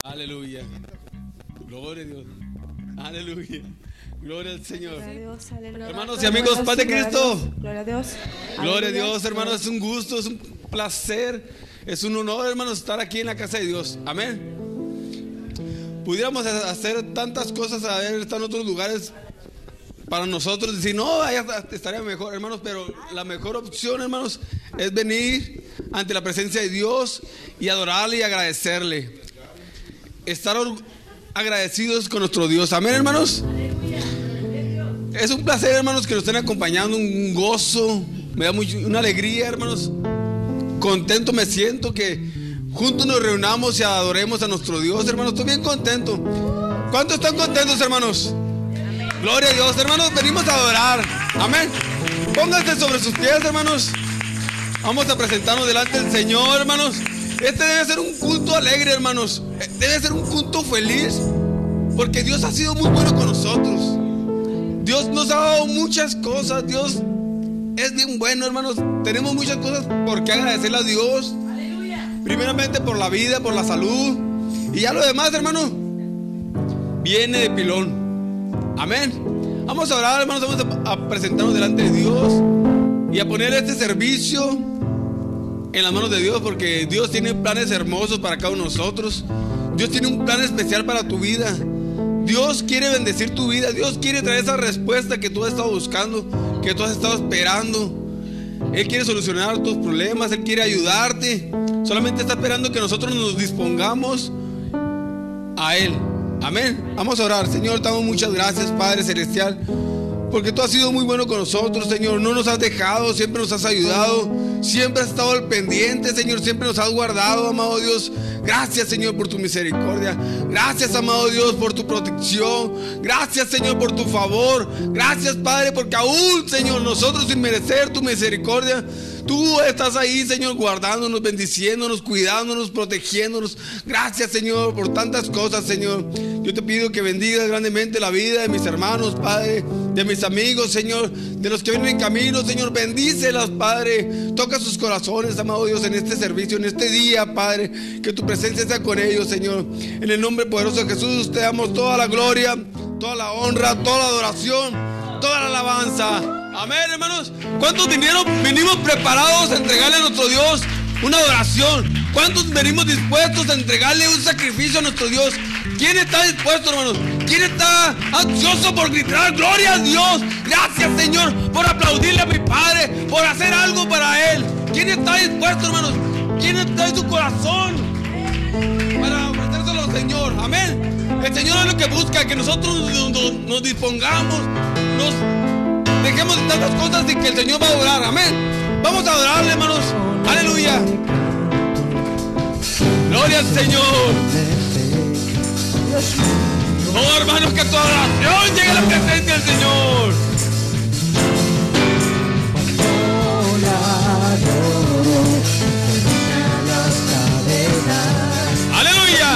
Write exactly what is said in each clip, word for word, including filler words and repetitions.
Aleluya. Gloria a Dios. Aleluya. Gloria al Señor. Gloria a Dios, aleluya. Hermanos y amigos, paz de Cristo. Gloria a Dios. Gloria a Dios, hermanos. Es un gusto, es un placer, es un honor, hermanos, estar aquí en la casa de Dios. Amén. Pudiéramos hacer tantas cosas, a ver, estar en otros lugares para nosotros, decir, no, allá estaría mejor, hermanos, pero la mejor opción, hermanos, es venir ante la presencia de Dios y adorarle y agradecerle. Estar agradecidos con nuestro Dios. Amén, hermanos. Es un placer, hermanos, que nos estén acompañando, un gozo, me da mucho, una alegría, hermanos. Contento me siento que juntos nos reunamos y adoremos a nuestro Dios, hermanos. Estoy bien contento. ¿Cuántos están contentos, hermanos? Gloria a Dios, hermanos. Venimos a adorar. Amén. Pónganse sobre sus pies, hermanos. Vamos a presentarnos delante del Señor, hermanos. Este debe ser un culto alegre, hermanos. Debe ser un culto feliz, porque Dios ha sido muy bueno con nosotros. Dios nos ha dado muchas cosas. Dios es bien bueno, hermanos. Tenemos muchas cosas por qué agradecerle a Dios. Primeramente por la vida, por la salud. Y ya lo demás, hermano, viene de pilón. Amén. Vamos a orar, hermanos. Vamos a, a presentarnos delante de Dios y a poner este servicio en las manos de Dios, porque Dios tiene planes hermosos para cada uno de nosotros. Dios tiene un plan especial para tu vida. Dios quiere bendecir tu vida. Dios quiere traer esa respuesta que tú has estado buscando, que tú has estado esperando. Él quiere solucionar tus problemas. Él quiere ayudarte. Solamente está esperando que nosotros nos dispongamos a Él. Amén. Vamos a orar. Señor, te damos muchas gracias, Padre Celestial, porque tú has sido muy bueno con nosotros, Señor. No nos has dejado, siempre nos has ayudado. Siempre has estado al pendiente, Señor. Siempre nos has guardado, amado Dios. Gracias, Señor, por tu misericordia. Gracias, amado Dios, por tu protección. Gracias, Señor, por tu favor. Gracias, Padre, porque aún, Señor, nosotros sin merecer tu misericordia, tú estás ahí, Señor, guardándonos, bendiciéndonos, cuidándonos, protegiéndonos. Gracias, Señor, por tantas cosas, Señor. Yo te pido que bendigas grandemente la vida de mis hermanos, Padre, de mis amigos, Señor, de los que vienen en camino, Señor. Bendícelas, Padre. Toca sus corazones, amado Dios, en este servicio, en este día, Padre. Que tu presencia sea con ellos, Señor. En el nombre poderoso de Jesús te damos toda la gloria, toda la honra, toda la adoración, toda la alabanza. Amén, hermanos. ¿Cuántos vinieron, venimos preparados a entregarle a nuestro Dios una adoración? ¿Cuántos venimos dispuestos a entregarle un sacrificio a nuestro Dios? ¿Quién está dispuesto, hermanos? ¿Quién está ansioso por gritar gloria a Dios? Gracias, Señor, por aplaudirle a mi Padre, por hacer algo para Él. ¿Quién está dispuesto, hermanos? ¿Quién está en su corazón para ofrecérselo al Señor? Amén. El Señor es lo que busca, que nosotros nos, nos, nos dispongamos, nos dejemos de tantas cosas y que el Señor va a adorar. Amén. Vamos a adorarle, hermanos. Aleluya. Gloria al Señor. Oh, hermanos, que tu adoración llegue a la presencia del Señor. Aleluya.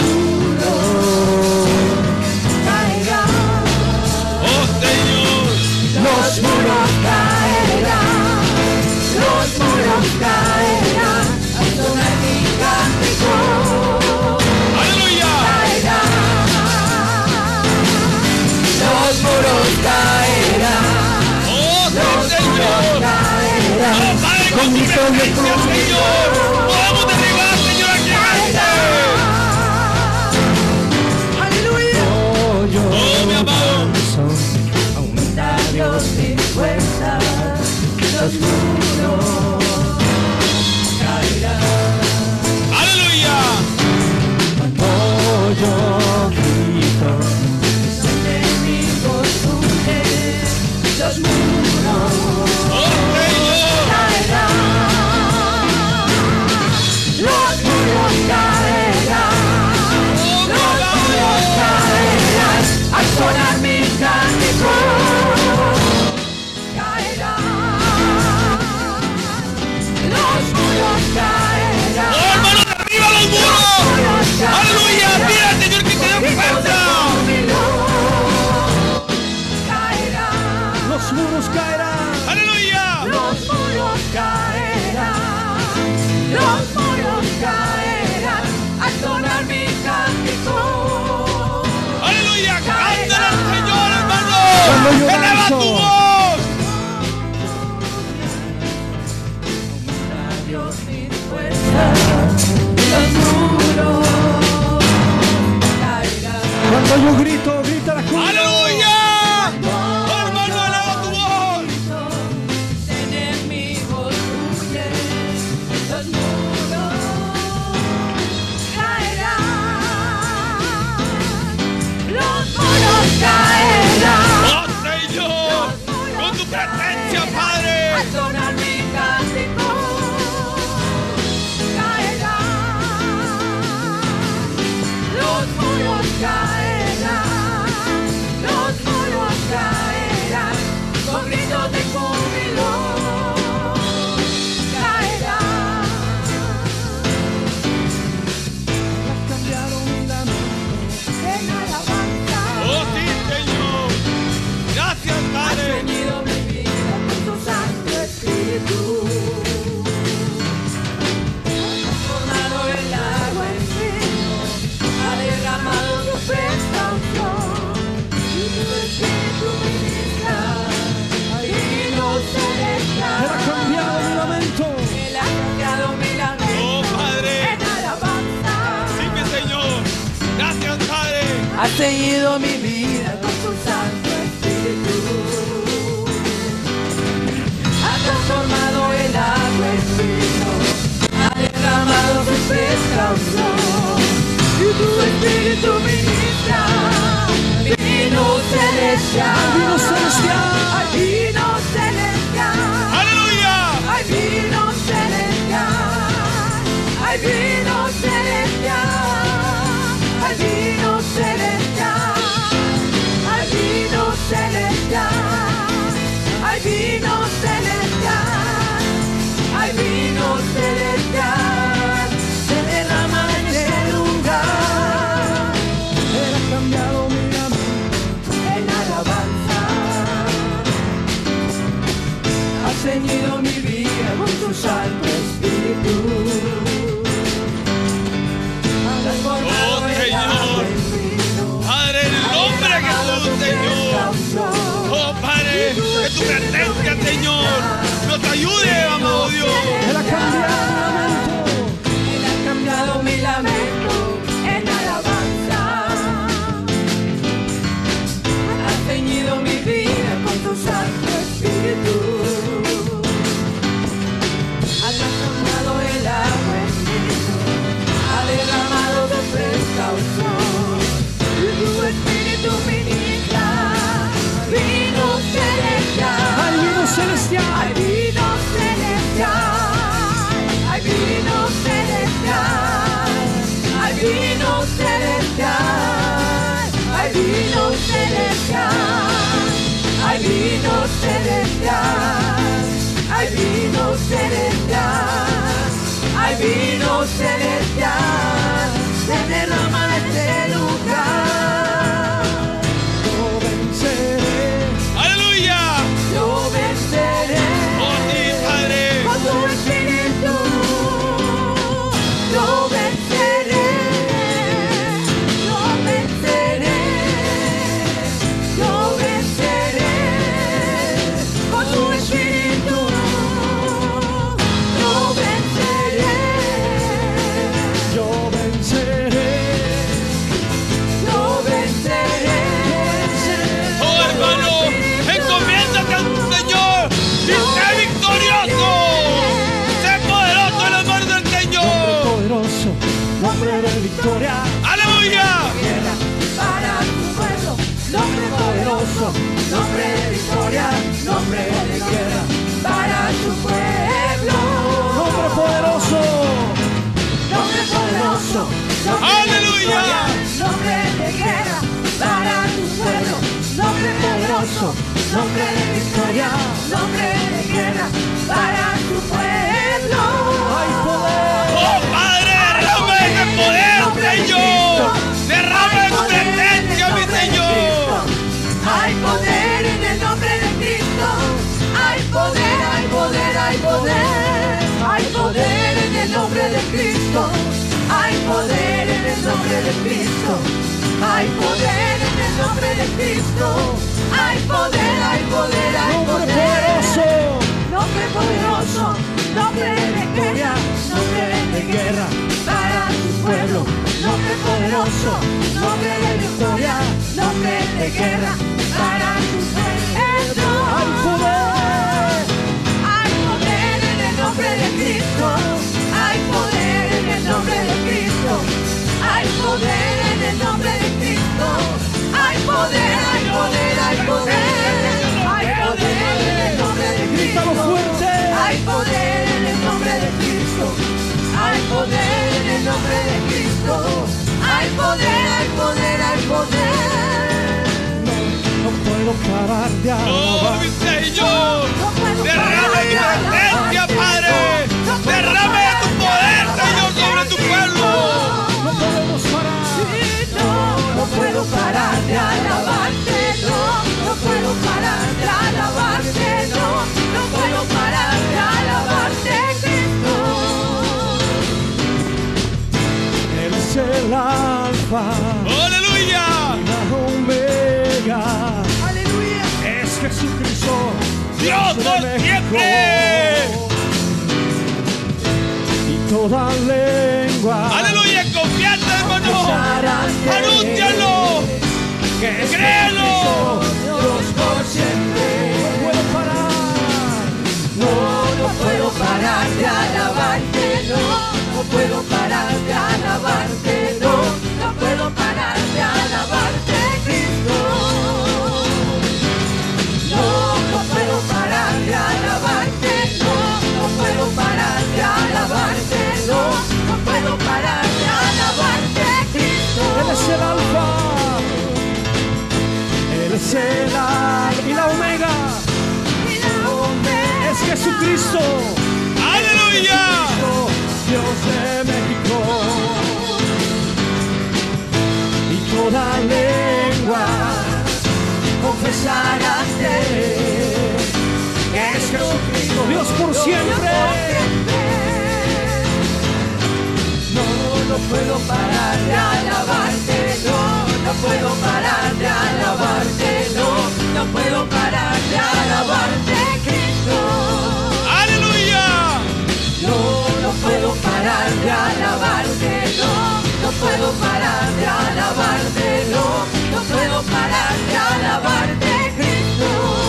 Oh, Señor. Los muros caerán, los muros caerán, al sonar mi cántico. Aleluya. Caerán, los muros caerán, Oh, los Señor. muros caerán, Oh, Padre, con con mi tu presencia, conmigo. Señor. Podamos derribar, Señor, aquí en este. Aleluya. Oh, mi amado. Aumenta Dios mi fuerza, los muros caerán. Aleluya. Cuando yo grito, mis enemigos huyen, los muros Oh, Señor. caerán. Cuando yo Eleva tu danzo. voz. Dios mis fuerzas, los muros caerán. Cuando yo grito, grita la cruz. ¡Aleluya! Oh, hermano, eleva tu voz. Los enemigos huyen, los muros caerán, los muros caerán. ¡Oh, Señor! Con tu presencia, Padre. Al sonar mi cántico caerán, los muros caerán, los muros caerán, con gritos de júbilo caerán. Has cambiado mi lamento. En alabanza ¡Oh, sí, Señor! Gracias, has Padre. ceñido mi vida con tu Santo Espíritu. Has formado el agua en vino, ha derramado tu precaución, y tu Espíritu ministra al vino Él celestial. ha cambiado mi lamento. Él ha cambiado mi lamento ¡Oh, Padre! en alabanza. Sí, mi Señor. Gracias, Padre. Has ceñido mi vida con tu Santo Espíritu. Has transformado el agua en vino, ha derramado tu precaución, y tu Espíritu ministra vino celestial. Vino celestial. Ay, vino celestial. ¡Aleluya! Ay, vino celestial. Ay, vino celestial. Ay, vino celestial. Ay, vino celestial. Ay, vino celestial. Ay, vino celestial. Se derrama en este lugar. Él ha cambiado mi lamento. En alabanza has ceñido mi vida con tu Santo Espíritu. Has transformado Oh, el Señor. agua en vino, Padre, en el has nombre de derramado Jesús, tu Señor. precaución. Oh, Padre, que tu presencia, Señor, nos ayude, amado Dios. Él ha cambiado mi lamento. Él ha cambiado mi lamento en alabanza. Has ceñido mi vida con tu Santo Espíritu. Has transformado el agua en vino, ha derramado tu precaución, y tu Espíritu ministra vino celestial. Ay, vino celestial. Ay, vino celestial. Ay, vino celestial. Ay, vino celestial. Ay, vino celestial. Ay, vino celestial. Ay, vino celestial. Ay, vino celestial. Se derrama en este lugar. Yo venceré. ¡Aleluya! Yo venceré. ¡Oh, sí, Padre! Con tu Espíritu yo venceré, yo venceré, yo venceré. Con tu Espíritu yo venceré, Yo venceré. yo venceré. ¡Oh, hermano! ¡Encomiéndate al Señor! ¡Y sé victorioso! ¡Sé poderoso en las manos del Señor! Poderoso. Nombre de victoria. ¡Aleluya! Guerra para tu pueblo, nombre poderoso, nombre de victoria, nombre de guerra para tu pueblo. Nombre poderoso. Nombre poderoso, nombre ¡Aleluya! de victoria, nombre de guerra para tu pueblo. Nombre poderoso, nombre de victoria, nombre de guerra para tu pueblo. Hay poder. ¡Oh, Padre! ¡Derrama ese poder, Señor! ¡Derrama tu presencia, mi Señor! Hay poder en el nombre de Cristo. Hay poder, hay poder, hay poder. Hay poder en el nombre de Cristo. Hay poder en el nombre de Cristo. Hay poder en el nombre de Cristo. Hay poder, hay poder, hay Nombre poder. poderoso. Nombre poderoso, nombre de guerra, nombre de guerra para tu pueblo. Nombre poderoso, nombre de victoria, nombre de guerra para tu pueblo. Hay poder. Hay poder en el nombre de Cristo. Hay poder en el nombre de Cristo. Hay poder en el nombre de Cristo. Hay poder, hay poder, hay poder. Hay poder en el nombre de Grítalo Cristo. fuerte. Hay poder en el nombre de Cristo. Hay poder en el nombre de Cristo. Hay poder, hay poder, hay poder. No, no puedo parar de Oh, alabar. mi Señor. No puedo Derrame parar tu de presencia, alabarte. Padre. No puedo Derrame parar tu de poder, Señor, alabarte. sobre tu pueblo. No podemos parar. No, no puedo parar de alabarte, no, no puedo parar de alabarte, no, no puedo parar de alabarte, Cristo. Él es el alfa Aleluya. y la omega. Aleluya. Es Jesucristo, Dios de por México. siempre. Y toda lengua. Aleluya. Confianza, hermano. Anúncialo. Que es Créelo. Jesucristo. Dios por siempre. No puedo parar. No, no puedo parar de alabarte, no, no puedo parar de alabarte, no, no puedo parar de alabarte, Cristo. No, no puedo parar de alabarte, no, no puedo parar de alabarte, no, no puedo parar de alabarte, Cristo. Él es el alfa. Él es el alfa y la omega. Y la omega. Es Jesucristo, Aleluya. Dios de México. Y toda lengua confesará que es Jesucristo, Dios por siempre. No, no puedo parar de alabarte, no, no puedo parar de alabarte, no, no puedo parar de alabarte, Cristo. Aleluya. No, no puedo parar de alabarte, no, no puedo parar de alabarte, no, no puedo parar de alabarte, Cristo.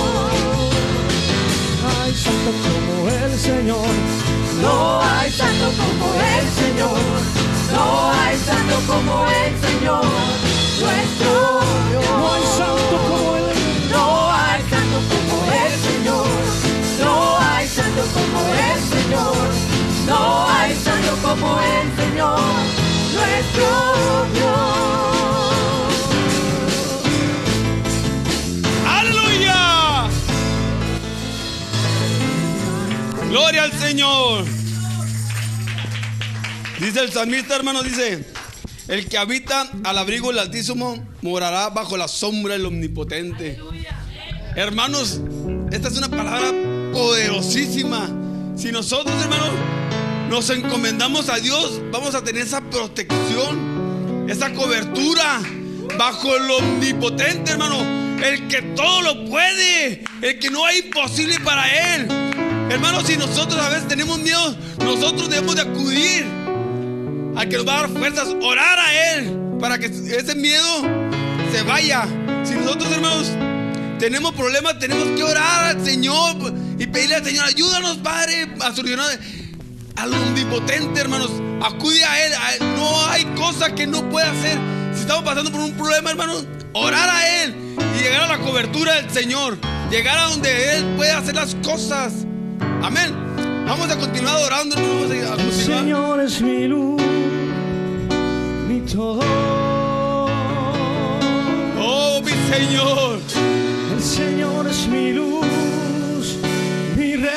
Hay santo como el Señor. No hay santo como el Señor, no hay santo como el Señor, nuestro Dios. No hay santo como el No hay santo como el Señor, no hay santo como el Señor, no hay santo como el Señor, nuestro Dios. Aleluya. Gloria al Señor. Dice el salmista, hermano, dice: el que habita al abrigo del Altísimo morará bajo la sombra del Omnipotente. Hermanos, esta es una palabra poderosísima. Si nosotros, hermanos, nos encomendamos a Dios, vamos a tener esa protección, esa cobertura bajo el Omnipotente, hermano. El que todo lo puede, el que no hay imposible para Él. Hermanos, si nosotros a veces tenemos miedo, nosotros debemos de acudir al que nos va a dar fuerzas, orar a Él para que ese miedo se vaya. Si nosotros, hermanos, tenemos problemas, tenemos que orar al Señor y pedirle al Señor: ayúdanos, Padre, a solucionar. Al Omnipotente, hermanos, acude a Él, a Él. No hay cosa que no pueda hacer. Si estamos pasando por un problema, hermanos, orar a Él y llegar a la cobertura del Señor, llegar a donde Él puede hacer las cosas. Amén. Vamos a continuar adorando, hermanos. Vamos a El continuar. Señor es mi luz, mi todo. Oh, mi Señor. El Señor es mi luz, mi rey.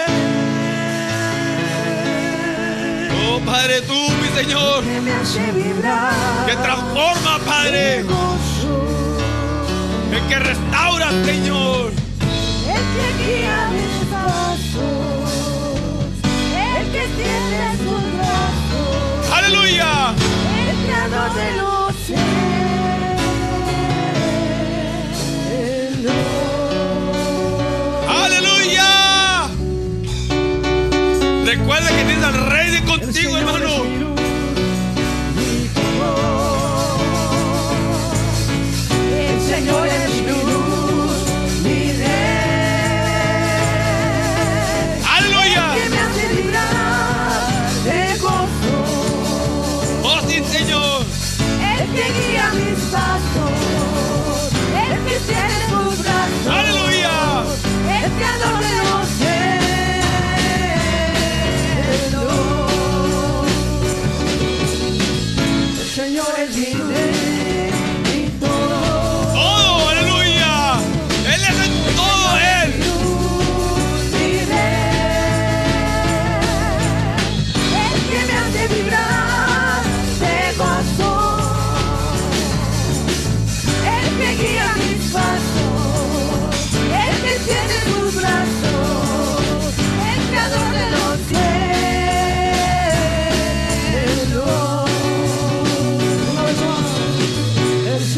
Oh, Padre, tú, mi Señor, Que me hace vibrar. que transforma, Padre, el gozo, el que restaura, Señor. el que guía mis pasos, el que extiende sus brazos, Aleluya. el creador de luces,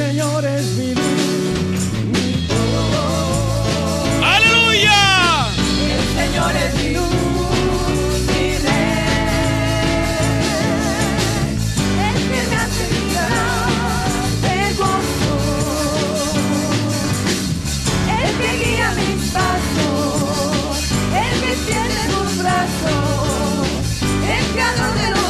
Señor es mi luz, mi todo. ¡Aleluya! El Señor es mi luz, mi rey. El que me hace vibrar de gozo. El que guía mis pasos. El que tiene sus brazos. El creador de los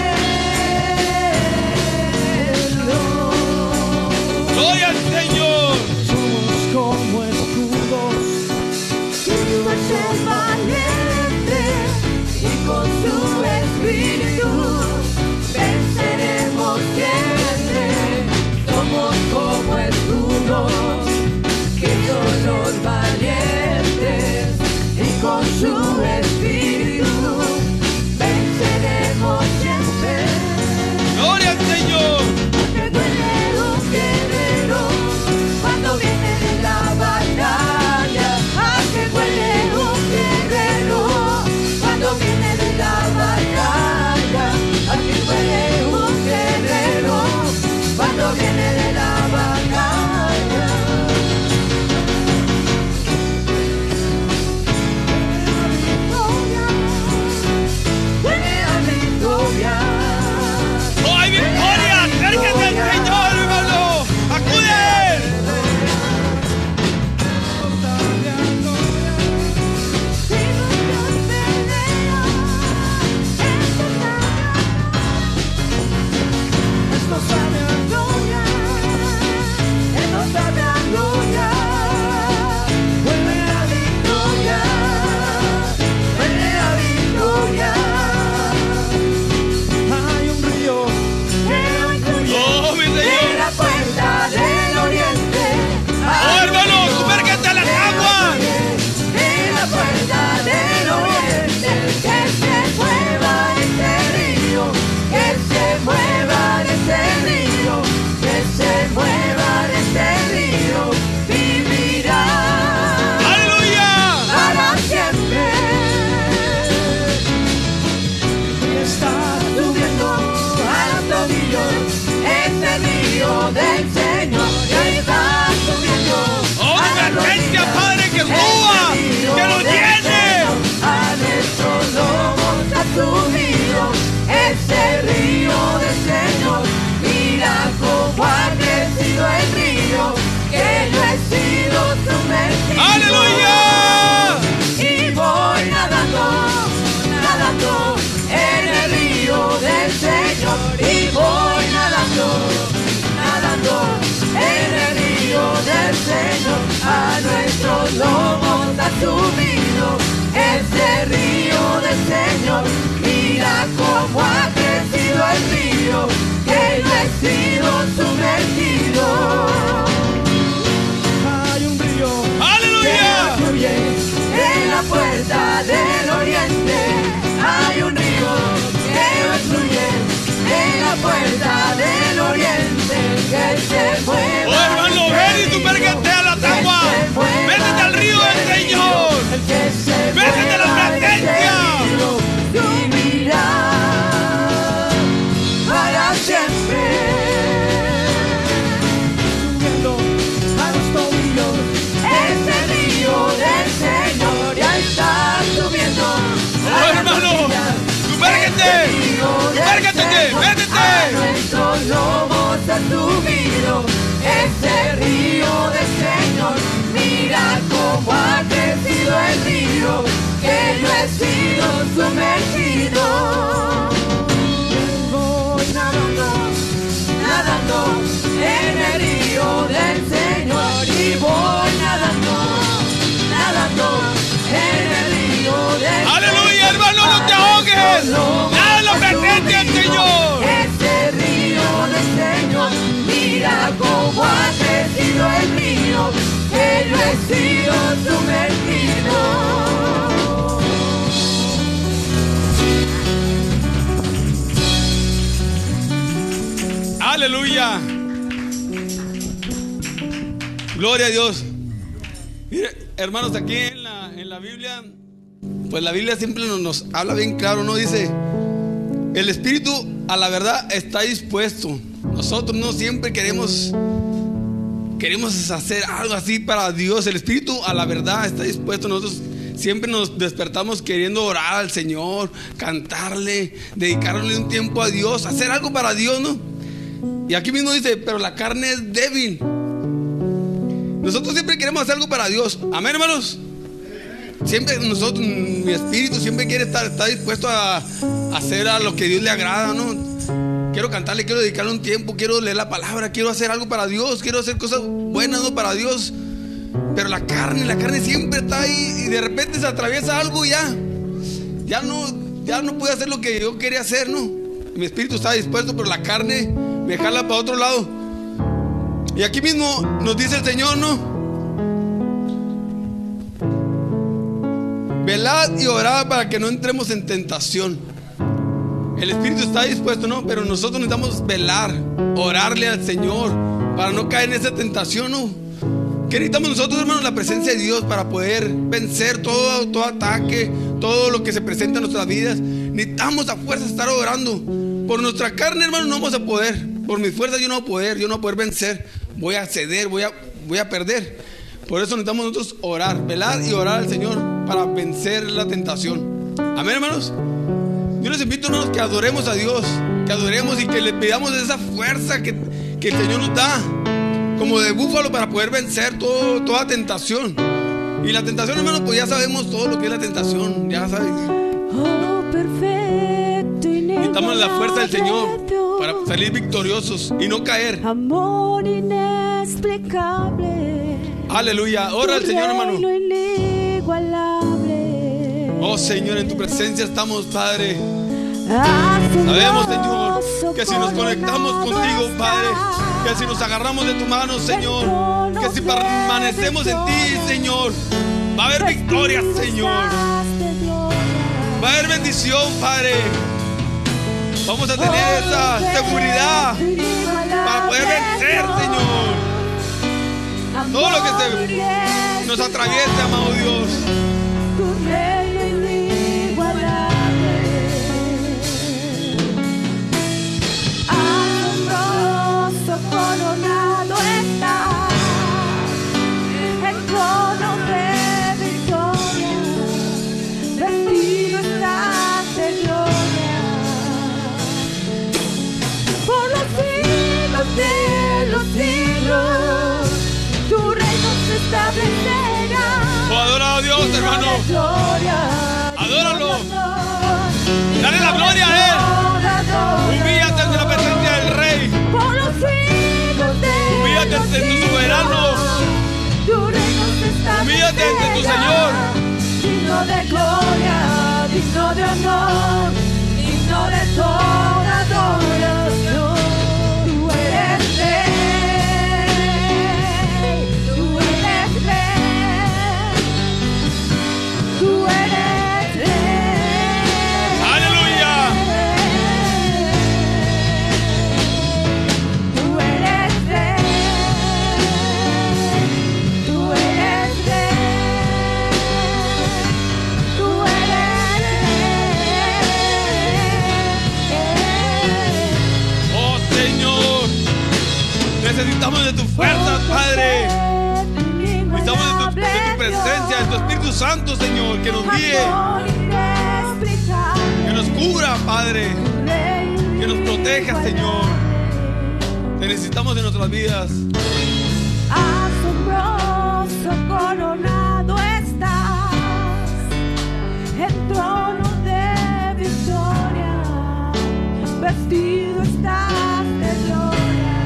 cielos. ¡Gloria al Señor! Somos como escudos. Cristo es el valiente y con su espíritu venceremos siempre. Somos como escudos que son los valientes y con su espíritu venceremos siempre. ¡Gloria al Señor! Que duele un guerrero cuando viene de la batalla. A que huele un guerrero cuando viene de la batalla. A que huele un guerrero cuando viene de la batalla. Huele a victoria. ¡Oh, hay victoria! ¡Acérquese al Señor, hermano! ¡Acude! Esto sabe a gloria, esto sabe a gloria, huele a victoria, huele a victoria. Hay un río Que hoy fluye ¡Oh, mi de Señor! la puerta del oriente. ¡Oh, hermano! ¡Sumérgete a las aguas! De la puerta del oriente, que se mueva ese río, que se mueva ese río, que se mueva ese río, vivirá ¡Aleluya! para siempre. está Subiendo a los tobillos ese río del Señor, y ahí va subiendo. ¡Oh, a tu las presencia, rodillas. Padre, que suba! ¡Que lo llene! A nuestros lomos ha subido ese río del Señor. Mira cómo ha crecido el río, que yo he sido sumergido. ¡Aleluya! Y voy nadando, nadando en el río del Señor. Y voy nadando, nadando en el río del Señor. A nuestros lomos ha subido ese río del Señor. Mira cómo ha crecido el río, que yo he sido sumergido. hay un río ¡Aleluya! Que fluye en la puerta del oriente. Hay un río que hoy fluye en la puerta del oriente. Que se mueva. ¡Oh, hermano! ¡Ven y sumérgete a las aguas! ¡Métete al río del Señor! Que se ¡Métete a la mueva ese presencia! río, vivirá para siempre. subiendo a los tobillos. Ese río del Señor ya está subiendo. ¡Oh, hermano! ¡Sumérgete! ¡Sumérgete! ¡Métete! A nuestros lomos ha subido ese río del Señor. Mira cómo ha crecido el río, que yo he sido sumergido. Voy nadando, nadando en el río del Señor. Y voy nadando, nadando en el río del Señor. ¡Aleluya, hermano! ¡No te ahogues! ¡Nada la presencia del Señor! Ese río del Señor, mira cómo ha crecido el río, que yo he sido sumergido. ¡Aleluya! Gloria a Dios. Mire, hermanos, aquí en la, en la Biblia, pues la Biblia siempre nos, nos habla bien claro, ¿no? Dice, el espíritu a la verdad está dispuesto. Nosotros no siempre queremos queremos hacer algo así para Dios. El Espíritu a la verdad está dispuesto. Nosotros siempre nos despertamos queriendo orar al Señor, cantarle, dedicarle un tiempo a Dios, hacer algo para Dios, ¿no? Y aquí mismo dice, pero la carne es débil. Nosotros siempre queremos hacer algo para Dios. Amén, hermanos. Siempre nosotros, mi espíritu siempre quiere estar, está dispuesto a, a hacer a lo que Dios le agrada, ¿no? Quiero cantarle, quiero dedicarle un tiempo, quiero leer la palabra, quiero hacer algo para Dios, quiero hacer cosas buenas, ¿no? Para Dios. Pero la carne, la carne siempre está ahí y de repente se atraviesa algo y ya. Ya no, ya no pude hacer lo que yo quería hacer, ¿no? Mi espíritu está dispuesto, pero la carne me jala para otro lado. Y aquí mismo nos dice el Señor, ¿no? Velad y orad para que no entremos en tentación. El espíritu está dispuesto, ¿no? Pero nosotros necesitamos velar, orarle al Señor para no caer en esa tentación, ¿no? ¿Qué necesitamos nosotros, hermanos? La presencia de Dios para poder vencer todo, todo ataque, todo lo que se presenta en nuestras vidas. Necesitamos a fuerza estar orando. Por nuestra carne, hermano, no vamos a poder. Por mis fuerzas yo no voy a poder, yo no voy a poder vencer. Voy a ceder, voy a, voy a perder. Por eso necesitamos nosotros orar, velar y orar al Señor para vencer la tentación. Amén, hermanos. Yo les invito, hermanos, que adoremos a Dios, que adoremos y que le pidamos esa fuerza que, que el Señor nos da, como de búfalo, para poder vencer todo, toda tentación. Y la tentación, hermanos, pues ya sabemos todo lo que es la tentación. Ya sabes. Oh, perfecto, necesitamos la fuerza del Señor para salir victoriosos y no caer. Amor inexplicable. Aleluya. Ora al Señor, hermano. Oh, Señor, en tu presencia estamos, Padre. Sabemos, Señor, que si nos conectamos contigo, Padre, que si nos agarramos de tu mano, Señor, que si permanecemos en ti, Señor, va a haber victoria, Señor. Va a haber bendición, Padre. Vamos a tener esa seguridad para poder vencer, Señor, todo lo que se nos atraviesa, amado Dios. Coronado está el trono de victoria, vestido estás de gloria. Por los siglos de los siglos, tu reino se establecerá. Oh, adora a Dios, hermano. Adóralo. Dale la gloria a Él. Humíllate ante la presencia del Rey. Humíllate ante tu soberano. Humíllate ante tu Señor. Digno de gloria, digno de honor, digno de toda adoración. Tú eres rey, tú eres rey, tú eres rey. Aleluya. Necesitamos de tu fuerza, Padre. Necesitamos de tu, de tu presencia, de tu Espíritu Santo, Señor, que nos guíe, que nos cubra, Padre, que nos proteja, Señor. Te necesitamos en nuestras vidas. Asombroso coronado estás, en trono de victoria, vestido estás de gloria.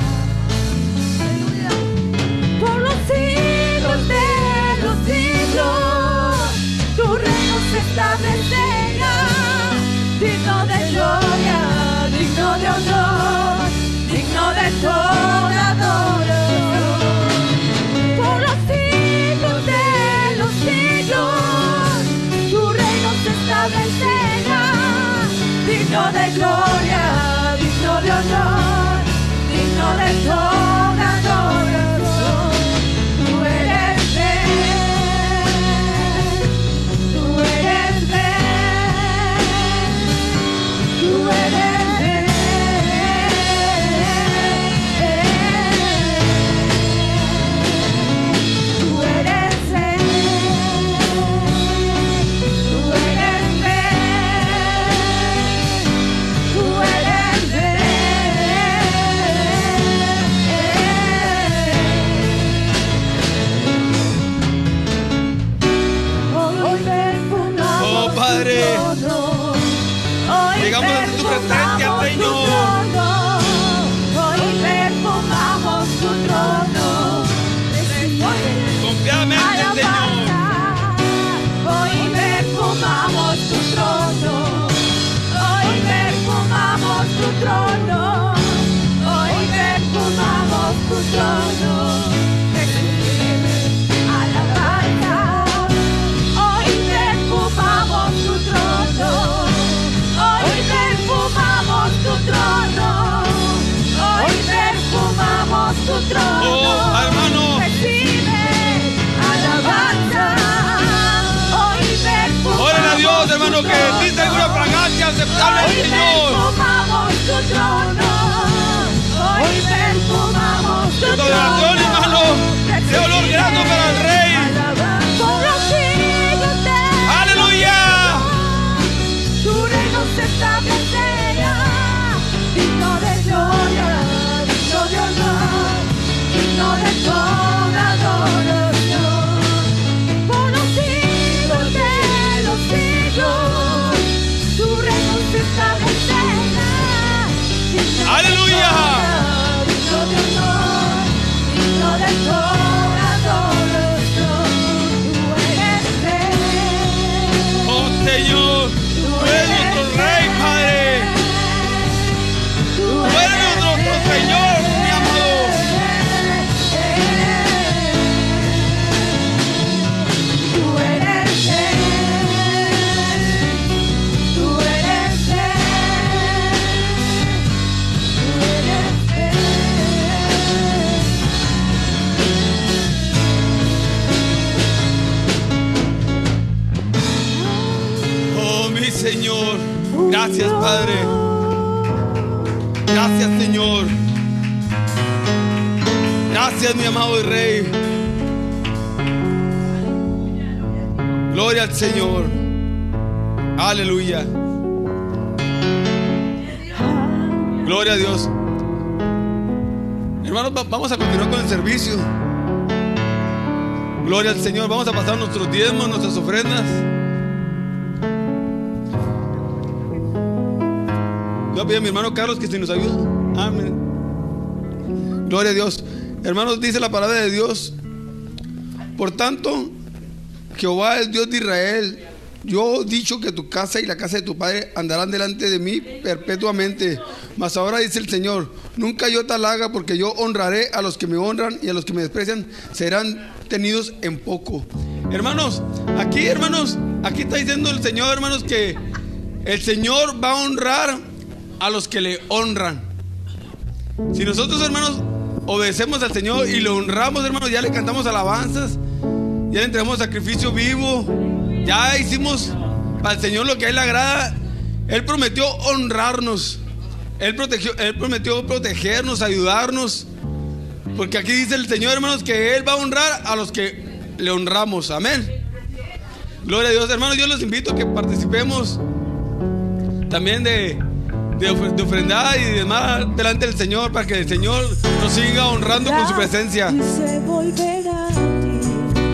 Por los siglos de los siglos, tu reino se establecerá. Digno de gloria, digno de honor, digno de toda adoración. Por los siglos de los siglos, tu reino se establecerá. Digno de gloria, digno de honor. Hermano, que existe alguna fragancia aceptable al Señor. Hoy perfumamos tu trono. Adoración, hermano, de olor grato para el Rey. Aleluya. Tu reino se establecerá, digno de gloria, digno de honor, digno de toda adoración. Conocido de los siglos, tu reino se establecerá. Aleluya. Digno de honor, digno de toda adoración. Tú eres Rey. Oh Señor, tú eres nuestro Rey, Padre. Tú eres nuestro Señor, mi amado. Tú eres Rey. Tú eres Rey. Tú eres Rey. Oh, mi Señor. Gracias, Padre. Gracias, Señor. Gracias, mi amado Rey. Gloria al Señor. Aleluya. Gloria a Dios. Hermanos, va- vamos a continuar con el servicio. Gloria al Señor. Vamos a pasar nuestros diezmos, nuestras ofrendas. Yo pido a mi hermano Carlos que se nos ayude. Amén. Gloria a Dios. Hermanos, dice la palabra de Dios: por tanto, Jehová es Dios de Israel. Yo he dicho que tu casa y la casa de tu padre andarán delante de mí perpetuamente. Mas ahora dice el Señor: nunca yo tal haga, porque yo honraré a los que me honran, y a los que me desprecian serán tenidos en poco. Hermanos, aquí, hermanos, aquí está diciendo el Señor, hermanos, que el Señor va a honrar a los que le honran. Si nosotros, hermanos, obedecemos al Señor y le honramos, hermanos, ya le cantamos alabanzas, ya le entregamos sacrificio vivo, ya hicimos para el Señor lo que a Él le agrada. Él prometió honrarnos. Él, protegió, Él prometió protegernos, ayudarnos. Porque aquí dice el Señor, hermanos, que Él va a honrar a los que le honramos. Amén. Gloria a Dios. Hermanos, yo los invito a que participemos también de, de, of- de ofrendar y demás delante del Señor, para que el Señor nos siga honrando con su presencia. Y se volverá a ti,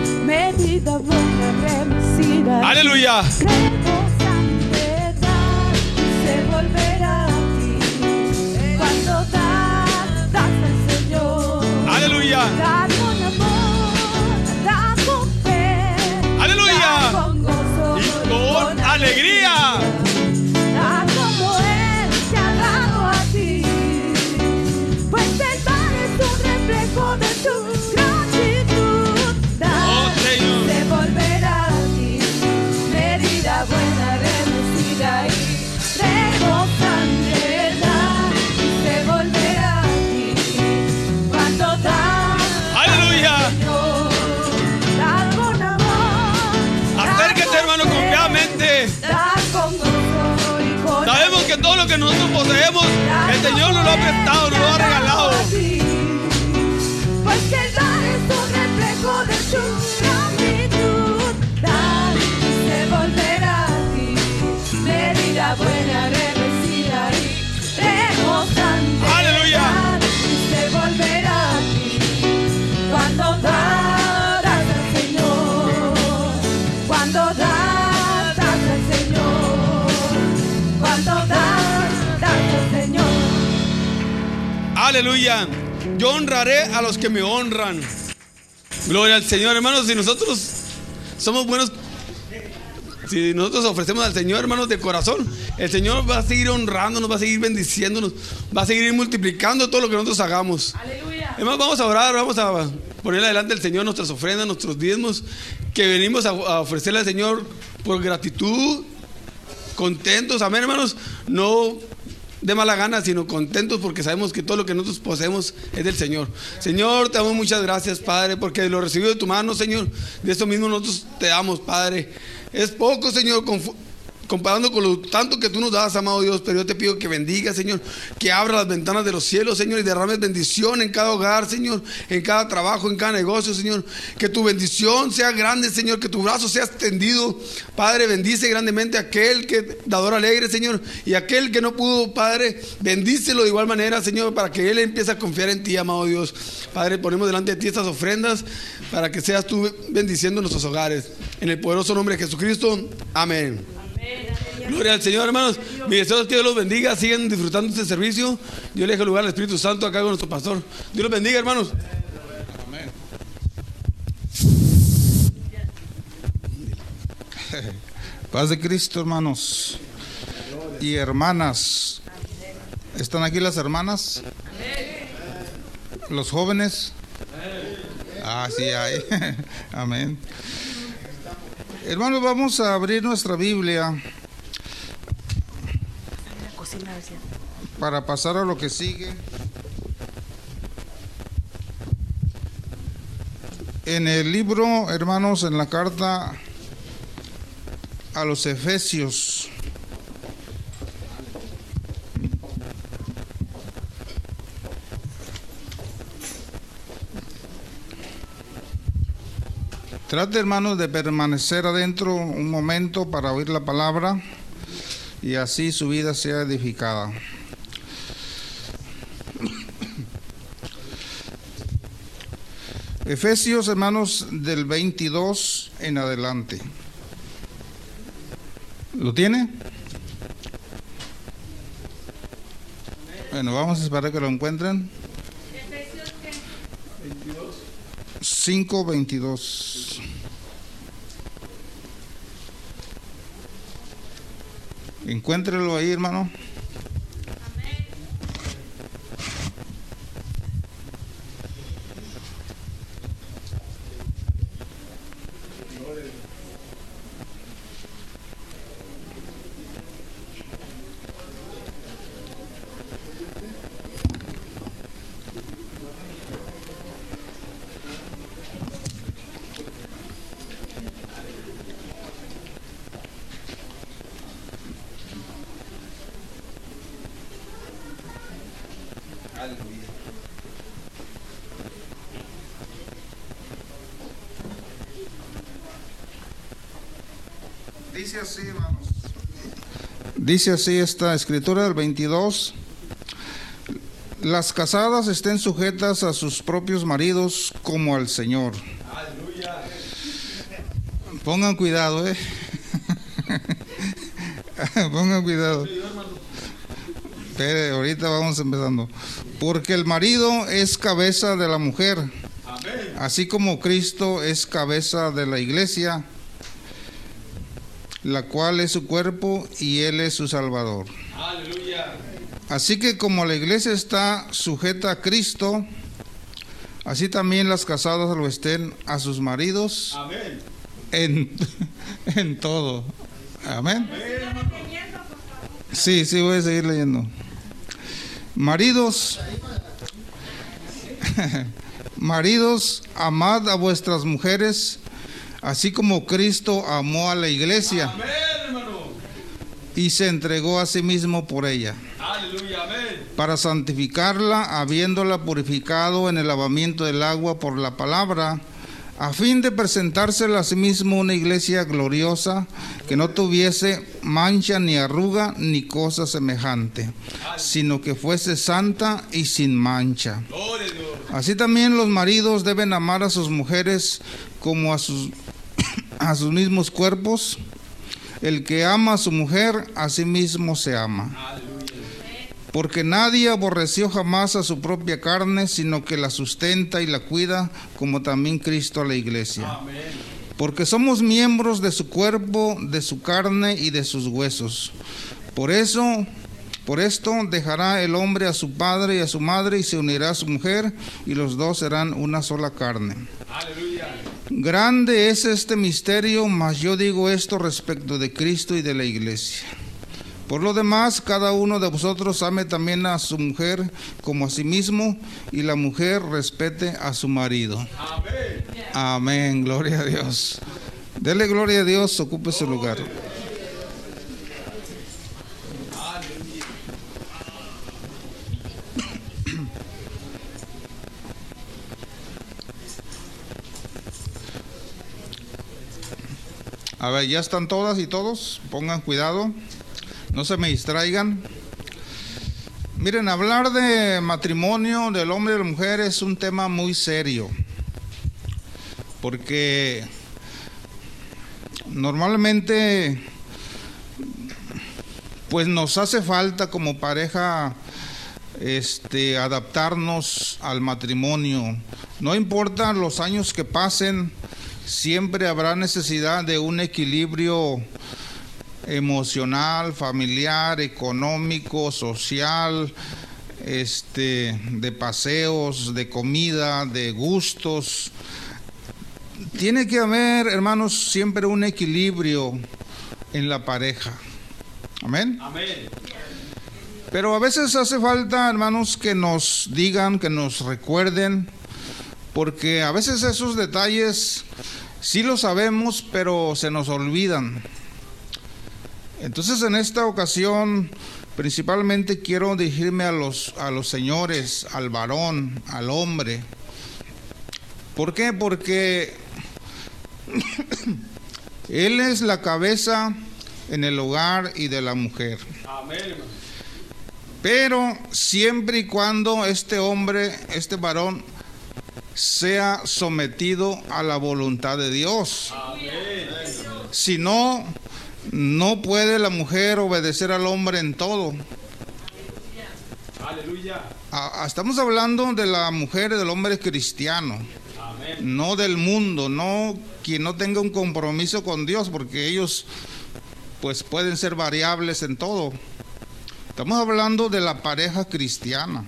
medida buena, remecida. Aleluya. Rebosante dar, y se volverá a ti, cuando das, das al Señor. Aleluya. Da con amor, da con fe, Aleluya. da con gozo Y con alegría. Da como Él te ha dado a ti, pues el mar es un reflejo de tu gratitud. Da, Oh, Señor. se volverá a ti, medida buena, remecida y rebosante. Da, se volverá a ti, cuando das, Aleluya. Señor, da con amor. da Acérquete, con hermano, fe, confiadamente. da con gozo y con Sabemos que todo lo que nosotros poseemos, el Señor nos lo ha prestado, nos lo ha regalado. Pues que el dar es un reflejo de su gratitud. Dar y se volverá a ti, medida buena, remecida y rebosante. Aleluya. Dar y se volverá a ti, cuando das, das al Señor. Cuando das, das al Señor. Cuando das, das al Señor. Aleluya. Yo honraré a los que me honran. Gloria al Señor, hermanos. Si nosotros somos buenos Si nosotros ofrecemos al Señor, hermanos, de corazón, el Señor va a seguir honrándonos, va a seguir bendiciéndonos, va a seguir multiplicando todo lo que nosotros hagamos. Aleluya. Hermanos, vamos a orar, vamos a ponerle delante al Señor nuestras ofrendas, nuestros diezmos, que venimos a, a ofrecerle al Señor por gratitud, contentos, amén, hermanos, no de mala gana, sino contentos porque sabemos que todo lo que nosotros poseemos es del Señor. Señor, te damos muchas gracias, Padre, porque lo recibido de tu mano, Señor. De esto mismo nosotros te damos, Padre. Es poco, Señor, comparando con lo tanto que tú nos das, amado Dios, pero yo te pido que bendiga, Señor, que abra las ventanas de los cielos, Señor, y derrames bendición en cada hogar, Señor, en cada trabajo, en cada negocio, Señor, que tu bendición sea grande, Señor, que tu brazo sea extendido, Padre. Bendice grandemente a aquel que dador alegre, Señor, y aquel que no pudo, Padre, bendícelo de igual manera, Señor, para que él empiece a confiar en ti, amado Dios. Padre, ponemos delante de ti estas ofrendas para que seas tú bendiciendo nuestros hogares, en el poderoso nombre de Jesucristo, amén. Gloria al Señor, hermanos. Mi deseo es que Dios los bendiga. Sigan disfrutando este servicio. Dios le deje lugar al Espíritu Santo acá con nuestro pastor. Dios los bendiga, hermanos. Amén. Paz de Cristo, hermanos y hermanas. ¿Están aquí las hermanas? ¿Los jóvenes? Ah, sí hay. Amén. Hermanos, vamos a abrir nuestra Biblia para pasar a lo que sigue. En el libro, hermanos, en la carta a los Efesios. Trate, hermanos, de permanecer adentro un momento para oír la palabra y así su vida sea edificada. Efesios, hermanos, del veintidós en adelante. ¿Lo tiene? Bueno, vamos a esperar que lo encuentren. ¿Efesios qué? cinco veintidós. Encuéntrelo ahí, hermano. Dice así, hermanos. Dice así esta escritura del veintidós. Las casadas estén sujetas a sus propios maridos como al Señor. Aleluya. Pongan cuidado, eh. Pongan cuidado. Espere, ahorita vamos empezando. Porque el marido es cabeza de la mujer, así como Cristo es cabeza de la iglesia, la cual es su cuerpo y Él es su Salvador. Aleluya. Así que como la iglesia está sujeta a Cristo, así también las casadas lo estén a sus maridos. Amén. En, en todo. Amén. Sí, sí, voy a seguir leyendo. Maridos, maridos, amad a vuestras mujeres, así como Cristo amó a la iglesia. Amén, hermano. Y se entregó a sí mismo por ella. Aleluya, amén. Para santificarla, habiéndola purificado en el lavamiento del agua por la palabra, a fin de presentársela a sí mismo una iglesia gloriosa, que no tuviese mancha ni arruga ni cosa semejante, sino que fuese santa y sin mancha. Así también los maridos deben amar a sus mujeres como a sus a sus mismos cuerpos. El que ama a su mujer, a sí mismo se ama. Porque nadie aborreció jamás a su propia carne, sino que la sustenta y la cuida, como también Cristo a la iglesia. Amén. porque somos miembros de su cuerpo, de su carne y de sus huesos. Por eso, por esto dejará el hombre a su padre y a su madre y se unirá a su mujer y los dos serán una sola carne. Aleluya. Grande es este misterio, mas yo digo esto respecto de Cristo y de la iglesia. Por lo demás, cada uno de vosotros ame también a su mujer como a sí mismo, y la mujer respete a su marido. Amén. Amén, gloria a Dios. Dele gloria a Dios, ocupe su lugar. A ver, ya están todas y todos, pongan cuidado. No se me distraigan. Miren, hablar de matrimonio del hombre y la mujer es un tema muy serio, porque normalmente pues nos hace falta como pareja este adaptarnos al matrimonio. No importa los años que pasen, siempre habrá necesidad de un equilibrio emocional, familiar, económico, social, este, de paseos, de comida, de gustos. Tiene que haber, hermanos, siempre un equilibrio en la pareja. Amén. Amén. Pero a veces hace falta, hermanos, que nos digan, que nos recuerden, porque a veces esos detalles sí los sabemos, pero se nos olvidan. Entonces, en esta ocasión, principalmente quiero dirigirme a los, a los señores, al varón, al hombre. ¿Por qué? Porque él es la cabeza en el hogar y de la mujer. Amén. Pero siempre y cuando este hombre, este varón, sea sometido a la voluntad de Dios. Amén. Si no, no puede la mujer obedecer al hombre en todo. Aleluya. Ah, estamos hablando de la mujer y del hombre cristiano, Amén. no del mundo, no quien no tenga un compromiso con Dios, porque ellos pues pueden ser variables en todo. Estamos hablando de la pareja cristiana.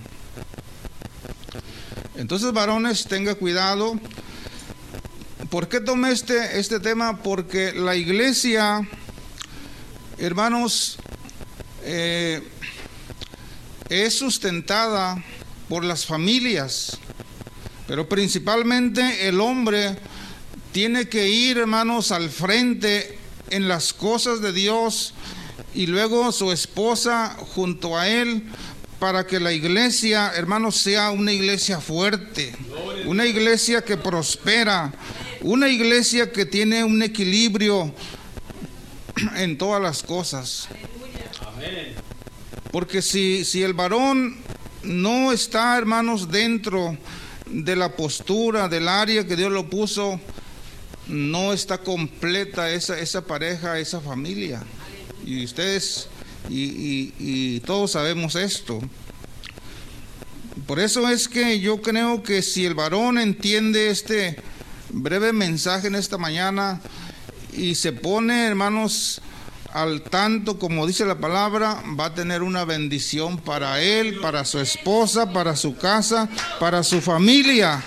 Entonces, varones, tenga cuidado. ¿Por qué tomé este, este tema? Porque la iglesia, hermanos, eh, es sustentada por las familias, pero principalmente el hombre tiene que ir, hermanos, al frente en las cosas de Dios, y luego su esposa junto a él, para que la iglesia, hermanos, sea una iglesia fuerte, una iglesia que prospera, una iglesia que tiene un equilibrio en todas las cosas. Amén. Porque si, si el varón no está, hermanos, dentro de la postura, del área que Dios lo puso, no está completa esa, esa pareja, esa familia. Y ustedes y, y, y todos sabemos esto. Por eso es que yo creo que si el varón entiende este breve mensaje en esta mañana y se pone, hermanos, al tanto, como dice la palabra, va a tener una bendición para él, para su esposa, para su casa, para su familia,